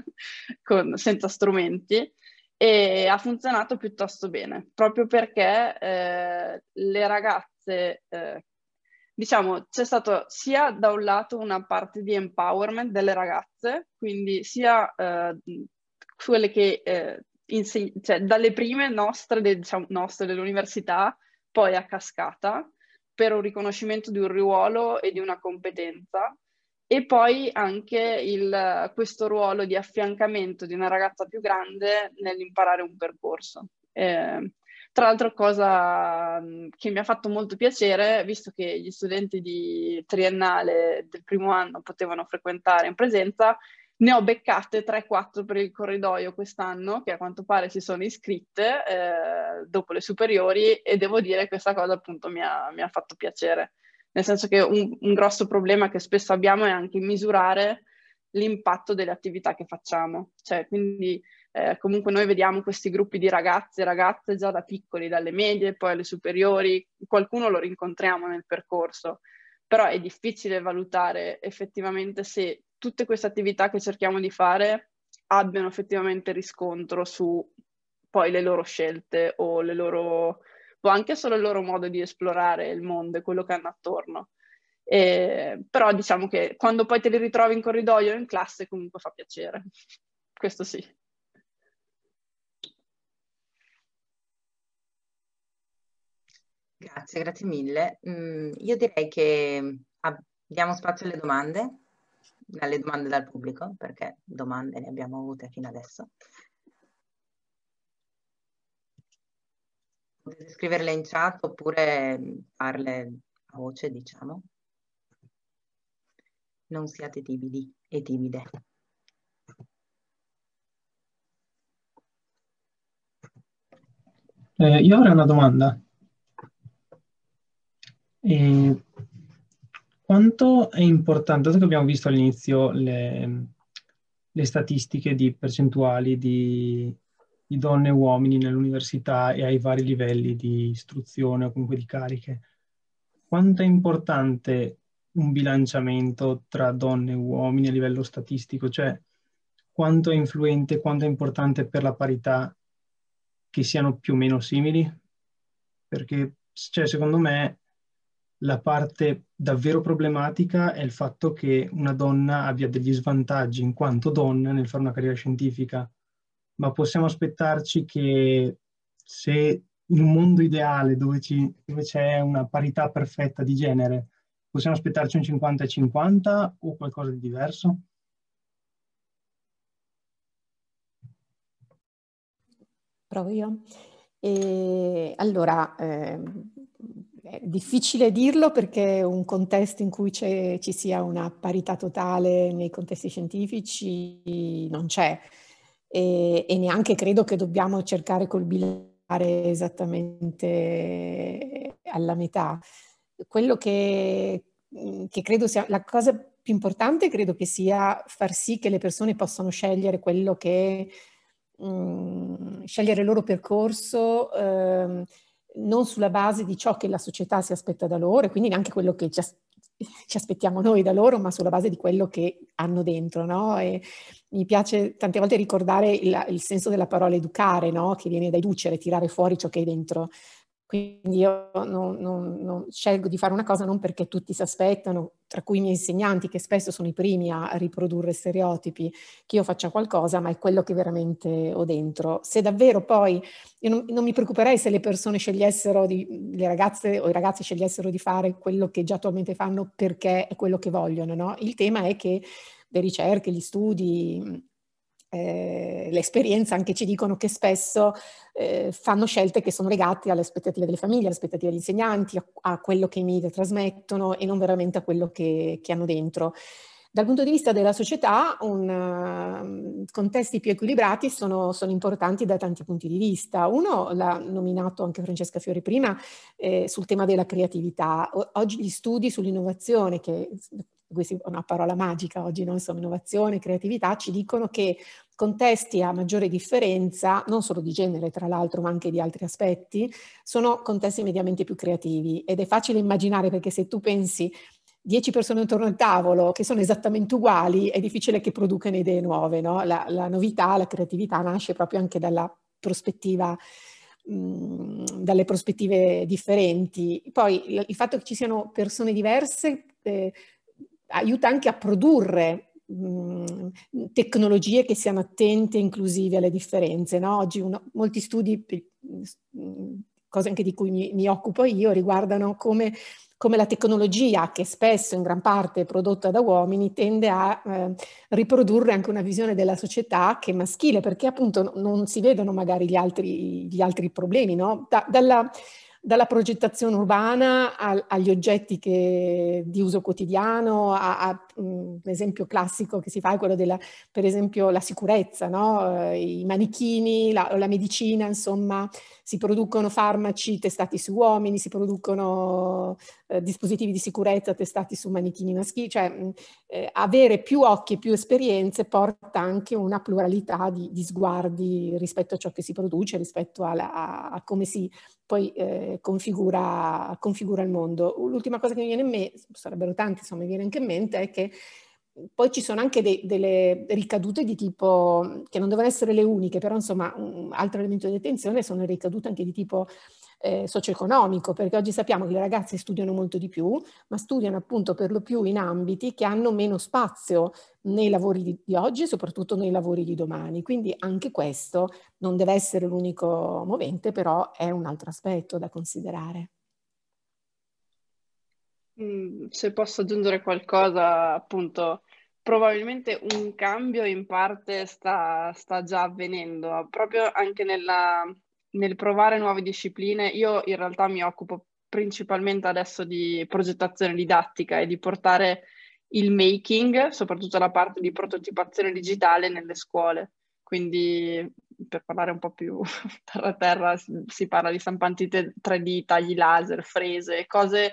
con, senza strumenti, e ha funzionato piuttosto bene, proprio perché eh, le ragazze, eh, diciamo, c'è stato sia da un lato una parte di empowerment delle ragazze, quindi sia eh, quelle che eh, inseg- cioè, dalle prime nostre, de- diciamo, nostre dell'università, poi a cascata, per un riconoscimento di un ruolo e di una competenza, e poi anche il, questo ruolo di affiancamento di una ragazza più grande nell'imparare un percorso. Eh, tra l'altro, cosa che mi ha fatto molto piacere, visto che gli studenti di triennale del primo anno potevano frequentare in presenza, ne ho beccate tre quattro per il corridoio quest'anno, che a quanto pare si sono iscritte eh, dopo le superiori, e devo dire che questa cosa appunto mi ha, mi ha fatto piacere. Nel senso che un, un grosso problema che spesso abbiamo è anche misurare l'impatto delle attività che facciamo. Cioè, quindi eh, comunque noi vediamo questi gruppi di ragazzi e ragazze già da piccoli, dalle medie, poi alle superiori, qualcuno lo rincontriamo nel percorso, però è difficile valutare effettivamente se tutte queste attività che cerchiamo di fare abbiano effettivamente riscontro su poi le loro scelte o le loro, o anche solo il loro modo di esplorare il mondo e quello che hanno attorno. E, però diciamo che quando poi te li ritrovi in corridoio o in classe comunque fa piacere, questo sì. Grazie, grazie mille. Mm, io direi che ah, diamo spazio alle domande, alle domande dal pubblico, perché domande ne abbiamo avute fino adesso. Potete scriverle in chat oppure farle a voce, diciamo. Non siate timidi e timide. Eh, io avrei una domanda. E quanto è importante, dato che abbiamo visto all'inizio le, le statistiche di percentuali di, di donne e uomini nell'università e ai vari livelli di istruzione o comunque di cariche, quanto è importante un bilanciamento tra donne e uomini a livello statistico? Cioè, quanto è influente, quanto è importante per la parità che siano più o meno simili? Perché, cioè, secondo me, la parte davvero problematica è il fatto che una donna abbia degli svantaggi in quanto donna nel fare una carriera scientifica, ma possiamo aspettarci che se in un mondo ideale dove, ci, dove c'è una parità perfetta di genere, possiamo aspettarci un cinquanta e cinquanta o qualcosa di diverso? Provo io. E allora, eh, è difficile dirlo perché un contesto in cui ci sia una parità totale nei contesti scientifici non c'è, e, e neanche credo che dobbiamo cercare col bilanciare esattamente alla metà. Quello che, che credo sia la cosa più importante, credo che sia far sì che le persone possano scegliere quello che mh, scegliere il loro percorso, ehm, non sulla base di ciò che la società si aspetta da loro, e quindi neanche quello che ci, as- ci aspettiamo noi da loro, ma sulla base di quello che hanno dentro, no? E mi piace tante volte ricordare il, il senso della parola educare, no? Che viene da educere, tirare fuori ciò che hai dentro. Quindi io non, non, non scelgo di fare una cosa non perché tutti si aspettano, tra cui i miei insegnanti, che spesso sono i primi a riprodurre stereotipi, che io faccia qualcosa, ma è quello che veramente ho dentro. Se davvero poi, io non, non mi preoccuperei se le persone scegliessero, di, le ragazze o i ragazzi scegliessero di fare quello che già attualmente fanno perché è quello che vogliono, no? Il tema è che le ricerche, gli studi, eh, l'esperienza anche ci dicono che spesso eh, fanno scelte che sono legate alle aspettative delle famiglie, alle aspettative degli insegnanti, a, a quello che i media trasmettono e non veramente a quello che, che hanno dentro. Dal punto di vista della società, un, uh, contesti più equilibrati sono, sono importanti da tanti punti di vista. Uno, l'ha nominato anche Francesca Fiori prima, eh, sul tema della creatività. O, oggi gli studi sull'innovazione, che questa è una parola magica oggi, no? Insomma, innovazione, creatività, ci dicono che contesti a maggiore differenza, non solo di genere tra l'altro, ma anche di altri aspetti, sono contesti mediamente più creativi. Ed è facile immaginare, perché se tu pensi dieci persone intorno al tavolo che sono esattamente uguali, è difficile che producano idee nuove, no? La, la novità, la creatività nasce proprio anche dalla prospettiva, mh, dalle prospettive differenti. Poi il, il fatto che ci siano persone diverse eh, aiuta anche a produrre mh, tecnologie che siano attente e inclusive alle differenze, no? Oggi uno, molti studi, mh, cose anche di cui mi, mi occupo io, riguardano come come la tecnologia, che spesso in gran parte è prodotta da uomini, tende a eh, riprodurre anche una visione della società che è maschile, perché appunto non si vedono magari gli altri, gli altri problemi, no? Da, dalla, dalla progettazione urbana a, agli oggetti che, di uso quotidiano, a, a un esempio classico che si fa è quello della, per esempio, la sicurezza, no? I manichini, la, la medicina, insomma, si producono farmaci testati su uomini, si producono eh, dispositivi di sicurezza testati su manichini maschili, cioè eh, avere più occhi e più esperienze porta anche una pluralità di, di sguardi rispetto a ciò che si produce, rispetto alla, a, a come si poi eh, configura, configura il mondo. L'ultima cosa che mi viene in mente, sarebbero tante, insomma, mi viene anche in mente, è che poi ci sono anche de, delle ricadute di tipo, che non devono essere le uniche, però insomma un altro elemento di attenzione sono le ricadute anche di tipo eh, socio-economico, perché oggi sappiamo che le ragazze studiano molto di più, ma studiano appunto per lo più in ambiti che hanno meno spazio nei lavori di, di oggi e soprattutto nei lavori di domani. Quindi anche questo non deve essere l'unico movente, però è un altro aspetto da considerare. Mm, se posso aggiungere qualcosa, appunto, probabilmente un cambio in parte sta, sta già avvenendo, proprio anche nella, nel provare nuove discipline. Io in realtà mi occupo principalmente adesso di progettazione didattica e di portare il making, soprattutto la parte di prototipazione digitale nelle scuole. Quindi, per parlare un po' più terra terra, si, si parla di stampanti tre D, tagli laser, frese, cose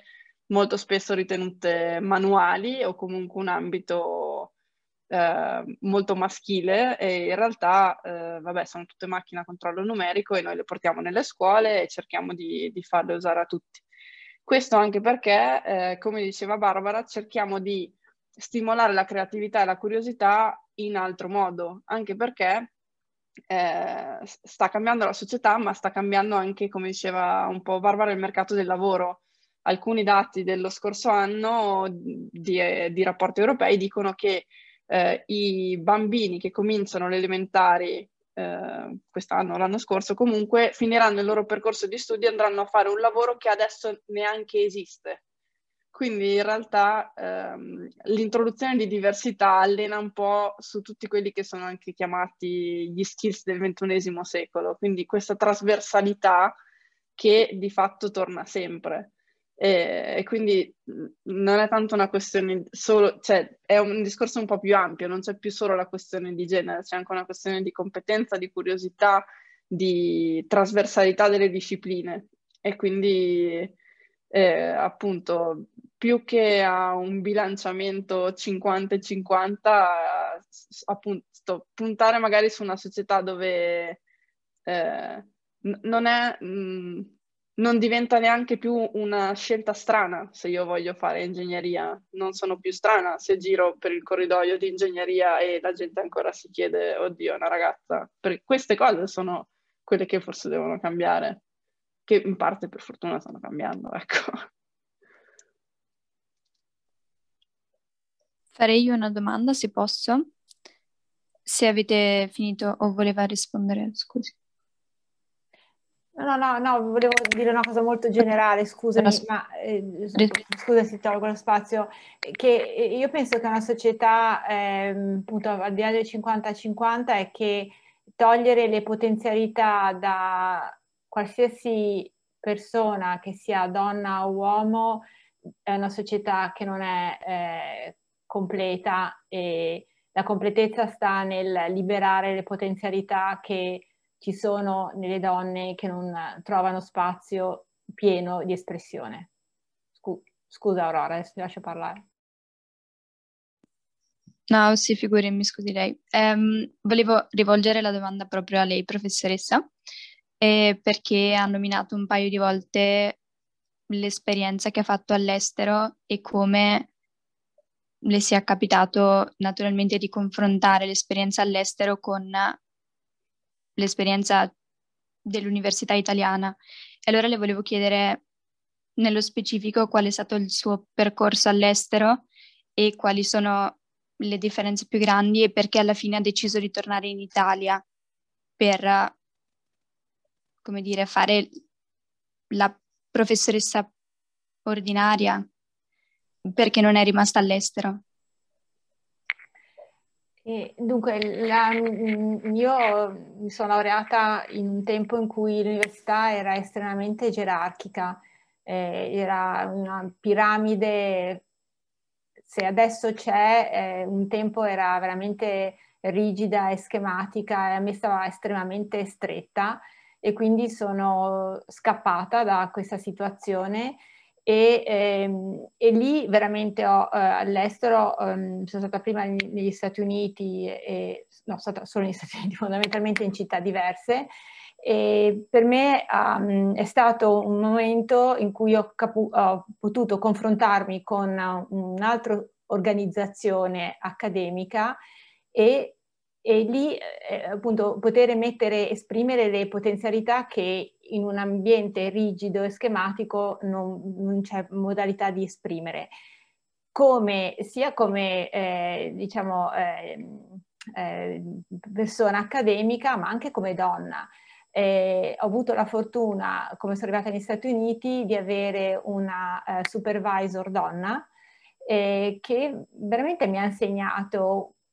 molto spesso ritenute manuali o comunque un ambito eh, molto maschile, e in realtà eh, vabbè, sono tutte macchine a controllo numerico e noi le portiamo nelle scuole e cerchiamo di, di farle usare a tutti. Questo anche perché, eh, come diceva Barbara, cerchiamo di stimolare la creatività e la curiosità in altro modo, anche perché eh, sta cambiando la società, ma sta cambiando anche, come diceva un po' Barbara, il mercato del lavoro. Alcuni dati dello scorso anno di, eh, di rapporti europei dicono che eh, i bambini che cominciano le elementari eh, quest'anno o l'anno scorso comunque finiranno il loro percorso di studi e andranno a fare un lavoro che adesso neanche esiste. Quindi in realtà ehm, l'introduzione di diversità allena un po' su tutti quelli che sono anche chiamati gli skills del ventunesimo secolo, quindi questa trasversalità che di fatto torna sempre. E, e quindi non è tanto una questione solo, cioè è un discorso un po' più ampio, non c'è più solo la questione di genere, c'è anche una questione di competenza, di curiosità, di trasversalità delle discipline. E quindi eh, appunto più che a un bilanciamento cinquanta e cinquanta, eh, appunto puntare magari su una società dove eh, non è... Mh, non diventa neanche più una scelta strana se io voglio fare ingegneria, non sono più strana se giro per il corridoio di ingegneria e la gente ancora si chiede, oddio, è una ragazza. Perché queste cose sono quelle che forse devono cambiare, che in parte per fortuna stanno cambiando, ecco. Farei io una domanda, se posso. Se avete finito o voleva rispondere, scusi. No, no, no, volevo dire una cosa molto generale, scusami, ma eh, scusa se tolgo lo spazio, che io penso che una società, eh, appunto, al di là del cinquanta cinquanta, è che togliere le potenzialità da qualsiasi persona, che sia donna o uomo, è una società che non è eh, completa, e la completezza sta nel liberare le potenzialità che ci sono nelle donne che non trovano spazio pieno di espressione. Scu- scusa Aurora, adesso ti lascio parlare. No, si figuri, mi scusi lei. Ehm, volevo rivolgere la domanda proprio a lei, professoressa, eh, perché ha nominato un paio di volte l'esperienza che ha fatto all'estero e come le sia capitato naturalmente di confrontare l'esperienza all'estero con l'esperienza dell'università italiana. E allora le volevo chiedere nello specifico qual è stato il suo percorso all'estero e quali sono le differenze più grandi e perché alla fine ha deciso di tornare in Italia per, come dire, fare la professoressa ordinaria, perché non è rimasta all'estero. E dunque, la, io mi sono laureata in un tempo in cui l'università era estremamente gerarchica, eh, era una piramide. Se adesso c'è, eh, un tempo era veramente rigida e schematica e a me stava estremamente stretta, e quindi sono scappata da questa situazione e, ehm, e lì veramente ho, eh, all'estero, ehm, sono stata prima negli Stati Uniti, e, no, sono stata solo negli Stati Uniti, fondamentalmente in città diverse. E per me um, è stato un momento in cui ho, capu- ho potuto confrontarmi con un'altra organizzazione accademica e, e lì eh, appunto poter mettere, esprimere le potenzialità che in un ambiente rigido e schematico non, non c'è modalità di esprimere, come, sia come eh, diciamo eh, eh, persona accademica, ma anche come donna. Eh, ho avuto la fortuna, come sono arrivata negli Stati Uniti, di avere una eh, supervisor donna eh, che veramente mi ha insegnato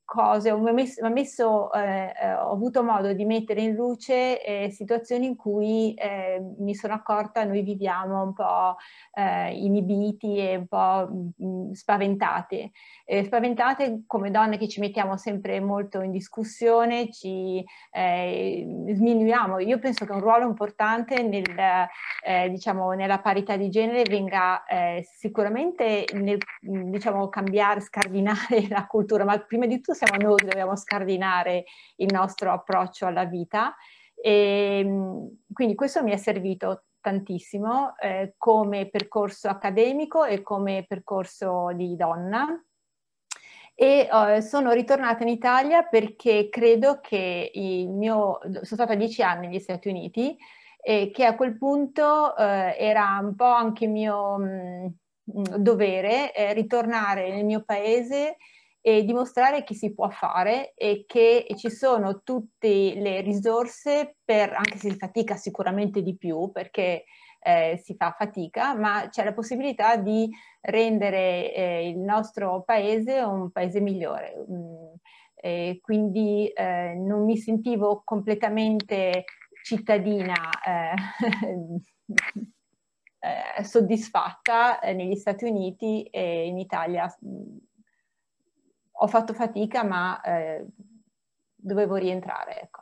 cose, ho, messo, ho, messo, eh, ho avuto modo di mettere in luce eh, situazioni in cui eh, mi sono accorta noi viviamo un po' eh, inibiti e un po' mh, spaventate. Eh, spaventate come donne che ci mettiamo sempre molto in discussione, ci eh, sminuiamo. Io penso che un ruolo importante nel, eh, diciamo, nella parità di genere venga eh, sicuramente nel diciamo, cambiare, scardinare la cultura, ma prima di tutto siamo noi che dobbiamo scardinare il nostro approccio alla vita. E quindi questo mi è servito tantissimo eh, come percorso accademico e come percorso di donna. E uh, sono ritornata in Italia perché credo che il mio, sono stata dieci anni negli Stati Uniti e che a quel punto uh, era un po' anche mio mh, dovere eh, ritornare nel mio paese e dimostrare che si può fare e che ci sono tutte le risorse per, anche se si fatica sicuramente di più perché eh, si fa fatica, ma c'è la possibilità di rendere eh, il nostro paese un paese migliore. Mm, e quindi eh, non mi sentivo completamente cittadina eh, eh, soddisfatta eh, negli Stati Uniti e in Italia mh, ho fatto fatica, ma eh, dovevo rientrare, ecco.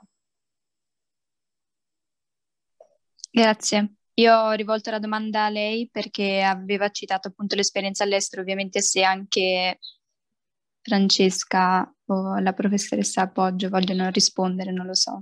Grazie. Io ho rivolto la domanda a lei perché aveva citato appunto l'esperienza all'estero, ovviamente se anche Francesca o la professoressa Appoggio vogliono rispondere, non lo so.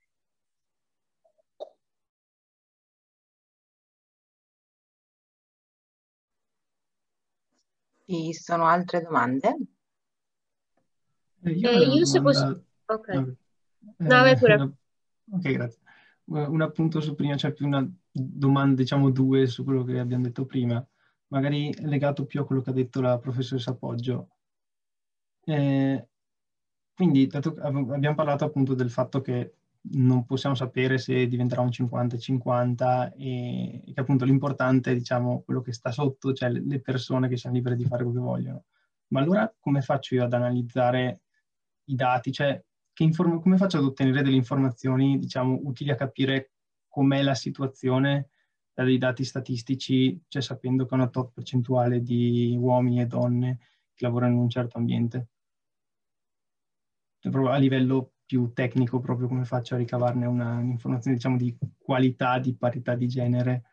Ci sono altre domande? Eh, io, Eh, una io se domanda... posso... Ok. No, No, vai pure. una... Ok, grazie. Un appunto su prima, c'è più una domanda, diciamo due, su quello che abbiamo detto prima, magari legato più a quello che ha detto la professoressa Poggio. Eh, quindi dato, abbiamo parlato appunto del fatto che non possiamo sapere se diventerà un cinquanta cinquanta e, e che appunto l'importante è, diciamo, quello che sta sotto, cioè le persone che siano libere di fare quello che vogliono. Ma allora come faccio io ad analizzare i dati? Cioè, che inform- come faccio ad ottenere delle informazioni, diciamo, utili a capire com'è la situazione da dei dati statistici, cioè sapendo che è una top percentuale di uomini e donne che lavorano in un certo ambiente? Cioè, proprio a livello più tecnico, proprio come faccio a ricavarne una, un'informazione, diciamo, di qualità, di parità di genere?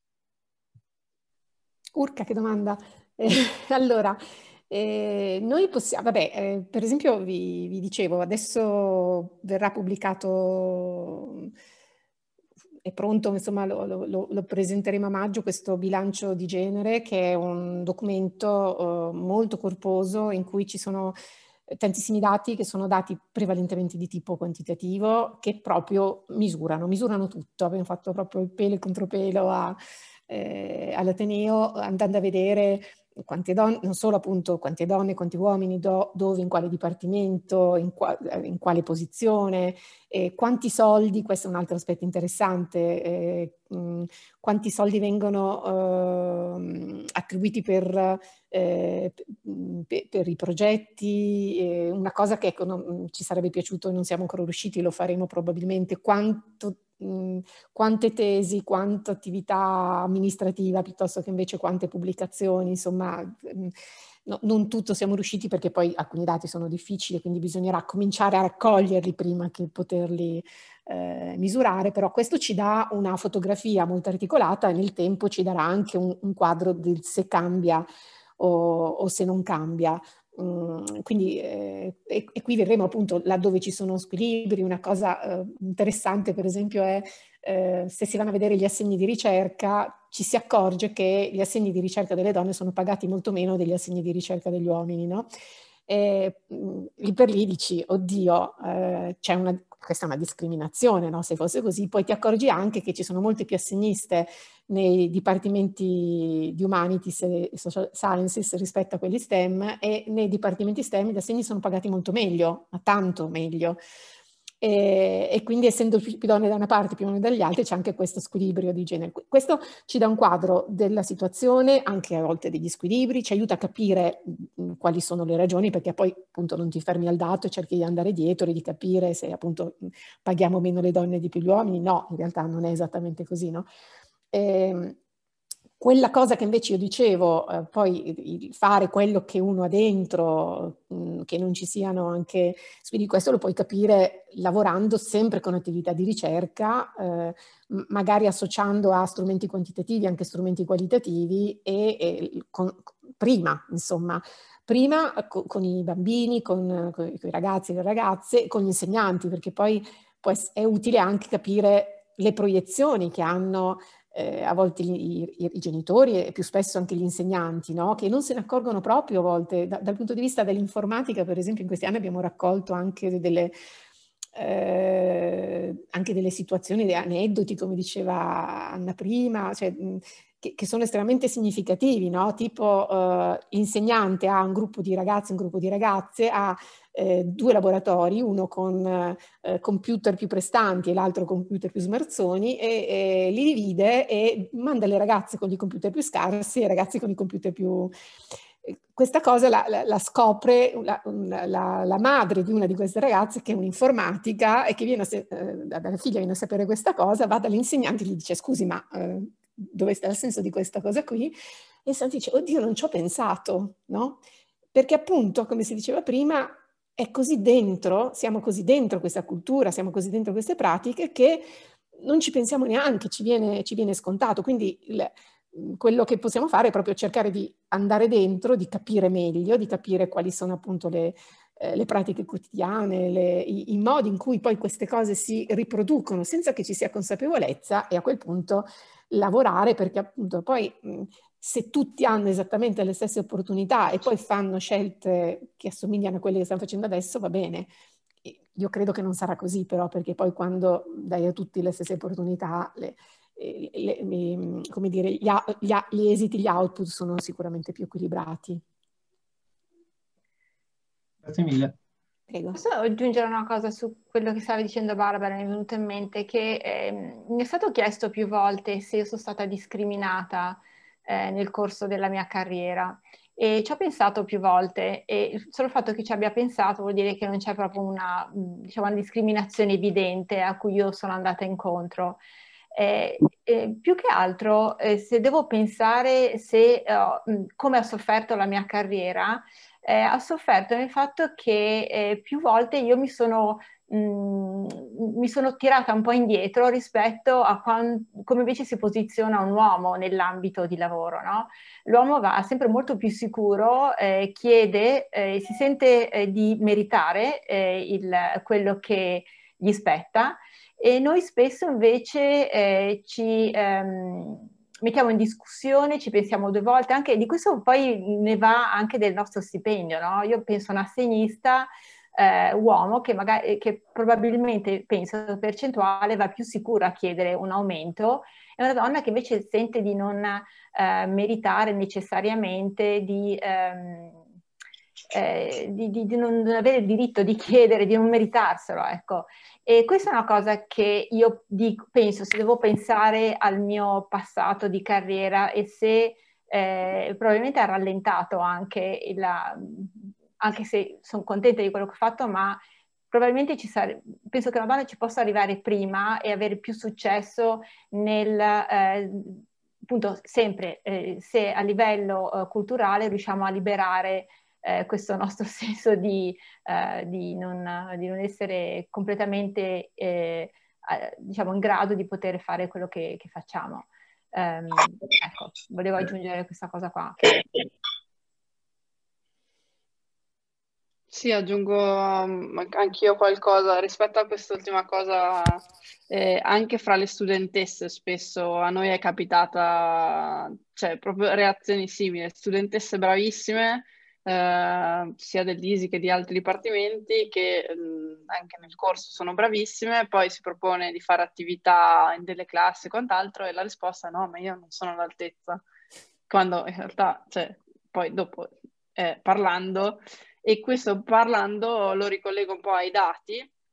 Urca, che domanda. Eh, allora, eh, noi possiamo, vabbè, eh, per esempio vi, vi dicevo, adesso verrà pubblicato, è pronto, insomma lo, lo, lo presenteremo a maggio, questo bilancio di genere, che è un documento eh, molto corposo in cui ci sono tantissimi dati che sono dati prevalentemente di tipo quantitativo, che proprio misurano, misurano tutto. Abbiamo fatto proprio il pelo e il contropelo a, eh, all'Ateneo, andando a vedere quante donne, non solo appunto quante donne, quanti uomini, do, dove, in quale dipartimento, in, qua, in quale posizione, eh, quanti soldi, questo è un altro aspetto interessante, eh, mh, quanti soldi vengono eh, attribuiti per, eh, per, per i progetti, eh, una cosa che ecco, non, ci sarebbe piaciuto e non siamo ancora riusciti, lo faremo probabilmente, quanto Mh, quante tesi, quanta attività amministrativa piuttosto che invece quante pubblicazioni, insomma mh, no, non tutto siamo riusciti perché poi alcuni dati sono difficili, quindi bisognerà cominciare a raccoglierli prima che poterli eh, misurare, però questo ci dà una fotografia molto articolata e nel tempo ci darà anche un, un quadro del se cambia o, o se non cambia. Mm, quindi eh, e, e qui vedremo appunto laddove ci sono squilibri. Una cosa eh, interessante per esempio è eh, se si vanno a vedere gli assegni di ricerca ci si accorge che gli assegni di ricerca delle donne sono pagati molto meno degli assegni di ricerca degli uomini, no? E, mh, lì per lì dici oddio eh, c'è una, questa è una discriminazione, no? Se fosse così poi ti accorgi anche che ci sono molte più assegniste nei dipartimenti di humanities e social sciences rispetto a quelli STEM, e nei dipartimenti STEM gli assegni sono pagati molto meglio, ma tanto meglio. E, e quindi essendo più donne da una parte, più uomini dagli altri, c'è anche questo squilibrio di genere. Questo ci dà un quadro della situazione, anche a volte degli squilibri, ci aiuta a capire mh, quali sono le ragioni, perché poi appunto non ti fermi al dato e cerchi di andare dietro e di capire se appunto mh, paghiamo meno le donne di più gli uomini. No, in realtà non è esattamente così, no? E, quella cosa che invece io dicevo, eh, poi il fare quello che uno ha dentro, mh, che non ci siano anche, quindi questo lo puoi capire lavorando sempre con attività di ricerca, eh, magari associando a strumenti quantitativi anche strumenti qualitativi e, e con, prima, insomma, prima co, con i bambini, con, con i ragazzi e le ragazze, con gli insegnanti, perché poi, poi è utile anche capire le proiezioni che hanno Eh, a volte i, i, i genitori e più spesso anche gli insegnanti, no? Che non se ne accorgono proprio a volte. Da, dal punto di vista dell'informatica, per esempio, in questi anni abbiamo raccolto anche delle, eh, anche delle situazioni, dei aneddoti, come diceva Anna prima, cioè, mh, che, che sono estremamente significativi, no? Tipo eh, l'insegnante ha un gruppo di ragazzi, un gruppo di ragazze, ha Eh, due laboratori, uno con eh, computer più prestanti e l'altro con computer più smarzoni, e, e li divide e manda le ragazze con i computer più scarsi e i ragazzi con i computer più... Questa cosa la, la, la scopre la, la, la madre di una di queste ragazze, che è un'informatica, e che viene a se, eh, dalla figlia viene a sapere questa cosa, va dall'insegnante e gli dice: scusi, ma eh, dove sta il senso di questa cosa qui? E l'insegnante dice: oddio, non ci ho pensato, no? Perché appunto, come si diceva prima, è così dentro, siamo così dentro questa cultura, siamo così dentro queste pratiche che non ci pensiamo neanche, ci viene, ci viene scontato. Quindi il, quello che possiamo fare è proprio cercare di andare dentro, di capire meglio, di capire quali sono appunto le, eh, le pratiche quotidiane, le, i, i modi in cui poi queste cose si riproducono senza che ci sia consapevolezza, e a quel punto lavorare, perché appunto poi mh, se tutti hanno esattamente le stesse opportunità e poi fanno scelte che assomigliano a quelle che stiamo facendo adesso, va bene. Io credo che non sarà così, però, perché poi quando dai a tutti le stesse opportunità, le, le, le, come dire, gli, gli, gli esiti, gli output sono sicuramente più equilibrati. Grazie mille. Prego. Posso aggiungere una cosa su quello che stava dicendo Barbara? Mi è venuto in mente che eh, mi è stato chiesto più volte se io sono stata discriminata eh, nel corso della mia carriera, e ci ho pensato più volte, e solo il fatto che ci abbia pensato vuol dire che non c'è proprio una, diciamo, una discriminazione evidente a cui io sono andata incontro. Eh, eh, più che altro, eh, se devo pensare se, uh, come ho sofferto la mia carriera, eh, ha sofferto nel fatto che eh, più volte io mi sono, mh, mi sono tirata un po' indietro rispetto a quando, come invece si posiziona un uomo nell'ambito di lavoro, no? L'uomo va sempre molto più sicuro, eh, chiede, eh, si sente eh, di meritare eh, il, quello che gli spetta, e noi spesso invece eh, ci... Ehm, mettiamo in discussione, ci pensiamo due volte, anche di questo poi ne va anche del nostro stipendio, no? Io penso a un assegnista eh, uomo che, magari, che probabilmente, penso, percentuale va più sicura a chiedere un aumento, e una donna che invece sente di non eh, meritare necessariamente di... Ehm, Eh, di, di, di non avere il diritto di chiedere, di non meritarselo, ecco. E questa è una cosa che io dico, penso, se devo pensare al mio passato di carriera, e se eh, probabilmente ha rallentato anche, la, anche se sono contenta di quello che ho fatto, ma probabilmente ci sare, penso che una donna ci possa arrivare prima e avere più successo nel... Eh, appunto, sempre eh, se a livello eh, culturale riusciamo a liberare Eh, questo nostro senso di, eh, di, non, di non essere completamente eh, eh, diciamo in grado di poter fare quello che, che facciamo. Um, ecco, volevo aggiungere questa cosa qua. Sì, aggiungo anch'io qualcosa rispetto a quest'ultima cosa, eh, anche fra le studentesse spesso a noi è capitata, cioè proprio reazioni simili, studentesse bravissime, eh, sia dell'I S I che di altri dipartimenti, che mh, anche nel corso sono bravissime, poi si propone di fare attività in delle classi e quant'altro, e la risposta è no, ma io non sono all'altezza, quando in realtà, cioè, poi dopo eh, parlando, e questo parlando lo ricollego un po' ai dati,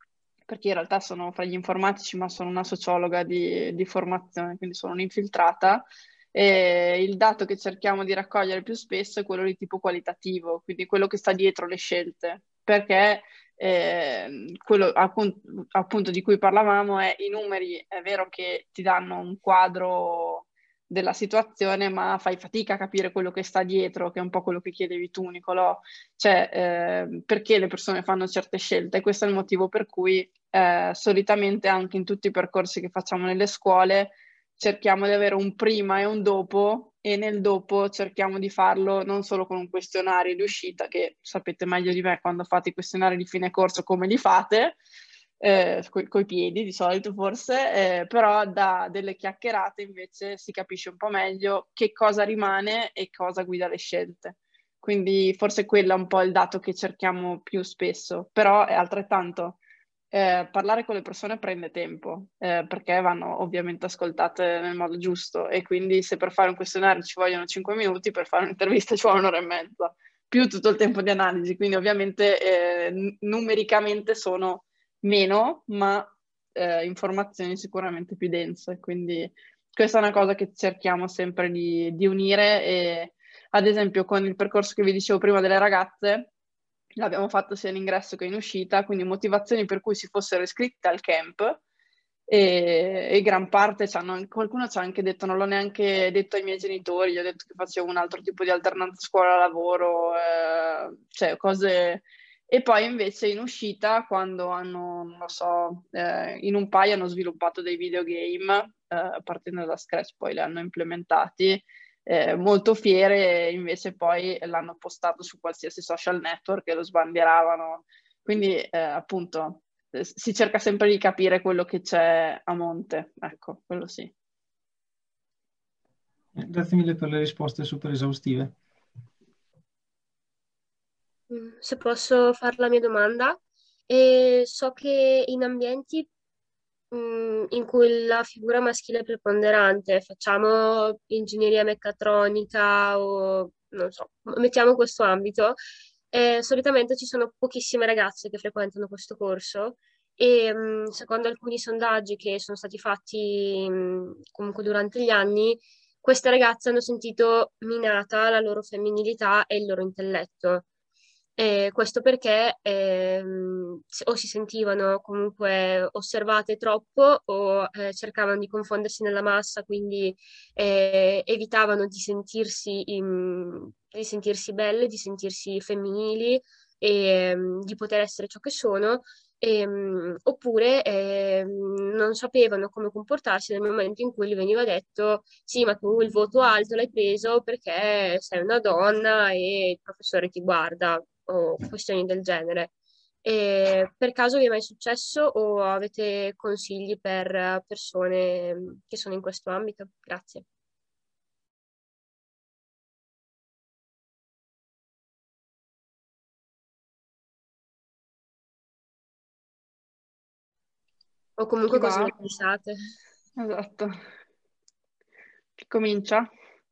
perché in realtà sono fra gli informatici, ma sono una sociologa di, di formazione, quindi sono un'infiltrata. E il dato che cerchiamo di raccogliere più spesso è quello di tipo qualitativo, quindi quello che sta dietro le scelte, perché eh, quello appunto, appunto di cui parlavamo è i numeri, è vero che ti danno un quadro della situazione, ma fai fatica a capire quello che sta dietro, che è un po' quello che chiedevi tu, Nicolò, cioè eh, perché le persone fanno certe scelte. E questo è il motivo per cui eh, solitamente anche in tutti i percorsi che facciamo nelle scuole cerchiamo di avere un prima e un dopo, e nel dopo cerchiamo di farlo non solo con un questionario di uscita, che sapete meglio di me quando fate i questionari di fine corso come li fate, eh, coi, coi piedi di solito forse, eh, però da delle chiacchierate invece si capisce un po' meglio che cosa rimane e cosa guida le scelte. Quindi forse quello è un po' il dato che cerchiamo più spesso, però è altrettanto. Eh, parlare con le persone prende tempo, eh, perché vanno ovviamente ascoltate nel modo giusto, e quindi se per fare un questionario ci vogliono cinque minuti, per fare un'intervista ci vuole un'ora e mezza, più tutto il tempo di analisi, quindi ovviamente eh, n- numericamente sono meno, ma eh, informazioni sicuramente più dense, quindi questa è una cosa che cerchiamo sempre di, di unire. E ad esempio con il percorso che vi dicevo prima delle ragazze, l'abbiamo fatto sia in ingresso che in uscita, quindi motivazioni per cui si fossero iscritte al camp, e, e gran parte c'hanno, qualcuno ci ha anche detto, non l'ho neanche detto ai miei genitori, gli ho detto che facevo un altro tipo di alternanza scuola-lavoro, eh, cioè cose. E poi invece in uscita, quando hanno, non lo so, eh, in un paio hanno sviluppato dei videogame, eh, partendo da Scratch poi li hanno implementati, eh, molto fiere, invece poi l'hanno postato su qualsiasi social network e lo sbandieravano. Quindi eh, appunto eh, si cerca sempre di capire quello che c'è a monte, ecco, quello sì. Grazie mille per le risposte super esaustive. Se posso fare la mia domanda, e so che in ambienti mh, in cui la figura maschile è preponderante, facciamo ingegneria meccatronica o non so, mettiamo questo ambito, eh, solitamente ci sono pochissime ragazze che frequentano questo corso e mh, secondo alcuni sondaggi che sono stati fatti mh, comunque durante gli anni, queste ragazze hanno sentito minata la loro femminilità e il loro intelletto. Eh, questo perché ehm, si- o si sentivano comunque osservate troppo o eh, cercavano di confondersi nella massa, quindi eh, evitavano di sentirsi, in- di sentirsi belle, di sentirsi femminili e ehm, di poter essere ciò che sono. Ehm, oppure ehm, non sapevano come comportarsi nel momento in cui gli veniva detto sì, ma tu il voto alto l'hai preso perché sei una donna e il professore ti guarda o questioni del genere. E per caso vi è mai successo o avete consigli per persone che sono in questo ambito? Grazie. O comunque Chi cosa va? ne pensate? Esatto. Chi comincia?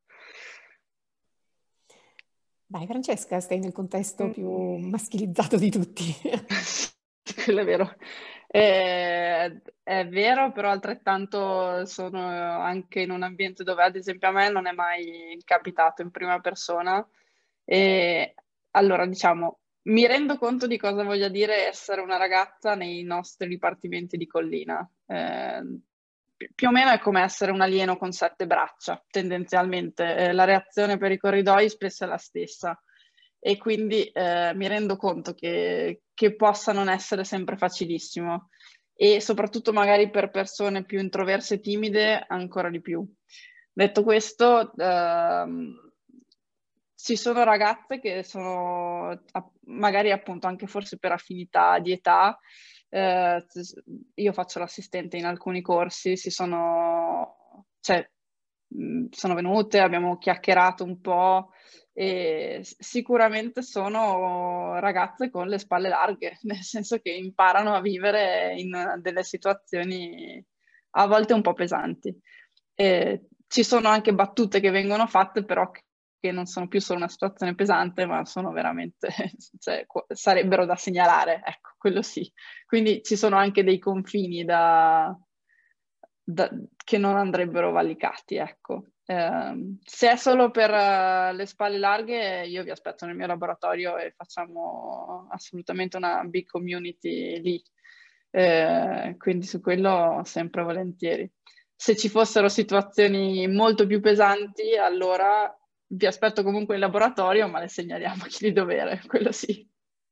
Vai Francesca, stai nel contesto più Mm. maschilizzato di tutti. Quello è vero. Eh, è vero, però altrettanto sono anche in un ambiente dove, ad esempio, a me non è mai capitato in prima persona. E allora, diciamo, mi rendo conto di cosa voglia dire essere una ragazza nei nostri dipartimenti di collina. Eh, pi- più o meno è come essere un alieno con sette braccia, tendenzialmente. Eh, la reazione per i corridoi spesso è la stessa. E quindi eh, mi rendo conto che, che possa non essere sempre facilissimo, e soprattutto magari per persone più introverse e timide ancora di più. Detto questo, ehm, ci sono ragazze che sono magari appunto anche forse per affinità di età, eh, io faccio l'assistente in alcuni corsi, si sono, cioè, mh, sono venute, abbiamo chiacchierato un po'. E sicuramente sono ragazze con le spalle larghe, nel senso che imparano a vivere in delle situazioni a volte un po' pesanti. E ci sono anche battute che vengono fatte, però che non sono più solo una situazione pesante, ma sono veramente, cioè, sarebbero da segnalare, ecco, quello sì. Quindi ci sono anche dei confini da, da, che non andrebbero valicati, ecco. Eh, se è solo per uh, le spalle larghe, io vi aspetto nel mio laboratorio e facciamo assolutamente una big community lì. Eh, quindi su quello sempre volentieri. Se ci fossero situazioni molto più pesanti, allora vi aspetto comunque in laboratorio, ma le segnaliamo a chi di dovere, quello sì.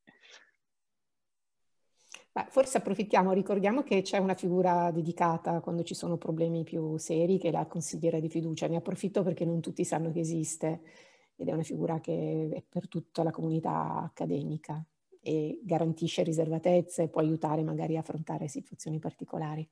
Beh, forse approfittiamo, ricordiamo che c'è una figura dedicata quando ci sono problemi più seri, che è la consigliera di fiducia. Ne approfitto perché non tutti sanno che esiste ed è una figura che è per tutta la comunità accademica e garantisce riservatezza e può aiutare magari a affrontare situazioni particolari.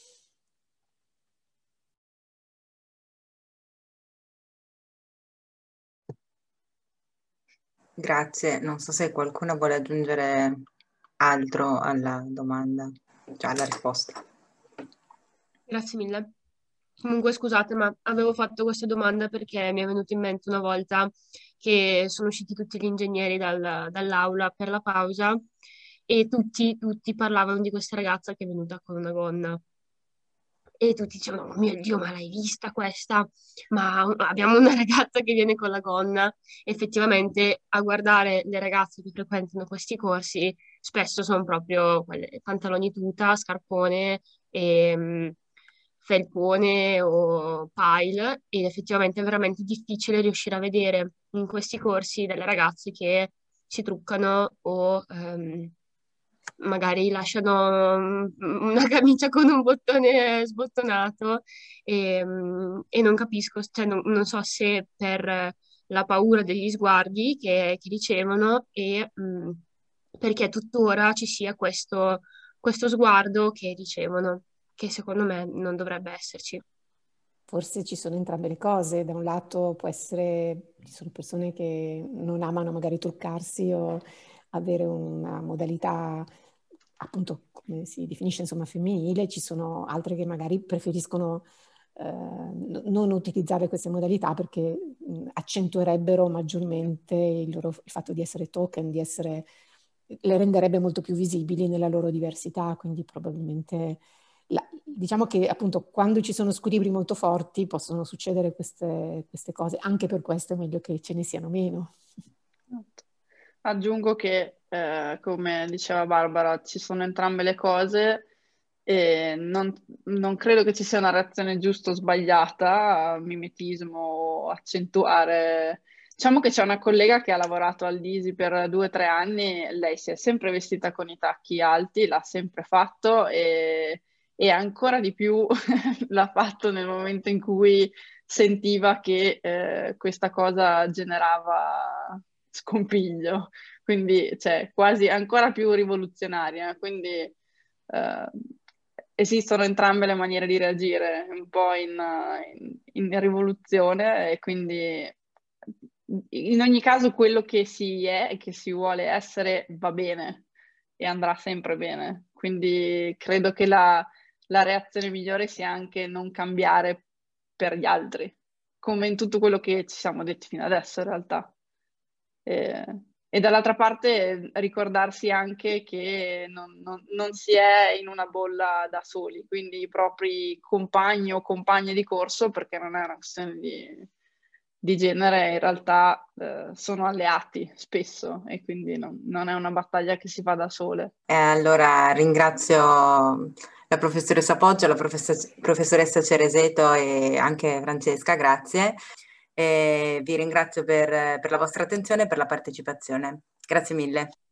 Grazie, non so se qualcuno vuole aggiungere altro alla domanda, cioè alla risposta. Grazie mille. Comunque scusate, ma avevo fatto questa domanda perché mi è venuto in mente una volta che sono usciti tutti gli ingegneri dal- dall'aula per la pausa e tutti, tutti parlavano di questa ragazza che è venuta con una gonna. E tutti dicevano, oh mio Dio, ma l'hai vista questa? Ma abbiamo una ragazza che viene con la gonna. Effettivamente, a guardare le ragazze che frequentano questi corsi, spesso sono proprio quelle, pantaloni tuta, scarpone, e, mh, felpone o pile, ed effettivamente è veramente difficile riuscire a vedere in questi corsi delle ragazze che si truccano o ehm, magari lasciano mm, una camicia con un bottone sbottonato e, mm, e non capisco, cioè non, non so se per la paura degli sguardi che, che ricevono e mm, perché tuttora ci sia questo, questo sguardo che ricevono, che secondo me non dovrebbe esserci. Forse ci sono entrambe le cose. Da un lato può essere, ci sono persone che non amano magari truccarsi o avere una modalità, appunto, come si definisce, insomma, femminile. Ci sono altre che magari preferiscono eh, non utilizzare queste modalità perché mh, accentuerebbero maggiormente il, loro, il fatto di essere token, di essere, le renderebbe molto più visibili nella loro diversità, quindi probabilmente... La, diciamo che appunto quando ci sono squilibri molto forti possono succedere queste, queste cose, anche per questo è meglio che ce ne siano meno. Aggiungo che, eh, come diceva Barbara, ci sono entrambe le cose e non, non credo che ci sia una reazione giusta o sbagliata, mimetismo o accentuare. Diciamo che c'è una collega che ha lavorato al D I S I per due o tre anni, lei si è sempre vestita con i tacchi alti, l'ha sempre fatto e e ancora di più l'ha fatto nel momento in cui sentiva che eh, questa cosa generava scompiglio, quindi cioè, quasi ancora più rivoluzionaria. Quindi eh, esistono entrambe le maniere di reagire, un po' in, in, in rivoluzione e quindi in ogni caso quello che si è e che si vuole essere va bene e andrà sempre bene. Quindi credo che la la reazione migliore sia anche non cambiare per gli altri, come in tutto quello che ci siamo detti fino adesso in realtà. E, e dall'altra parte ricordarsi anche che non, non, non si è in una bolla da soli, quindi i propri compagni o compagne di corso, perché non è una questione di, di genere, in realtà eh, sono alleati spesso e quindi non, non è una battaglia che si fa da sole. Eh, allora ringrazio la professoressa Poggio, la professor- professoressa Cereseto e anche Francesca, grazie. E vi ringrazio per, per la vostra attenzione e per la partecipazione. Grazie mille.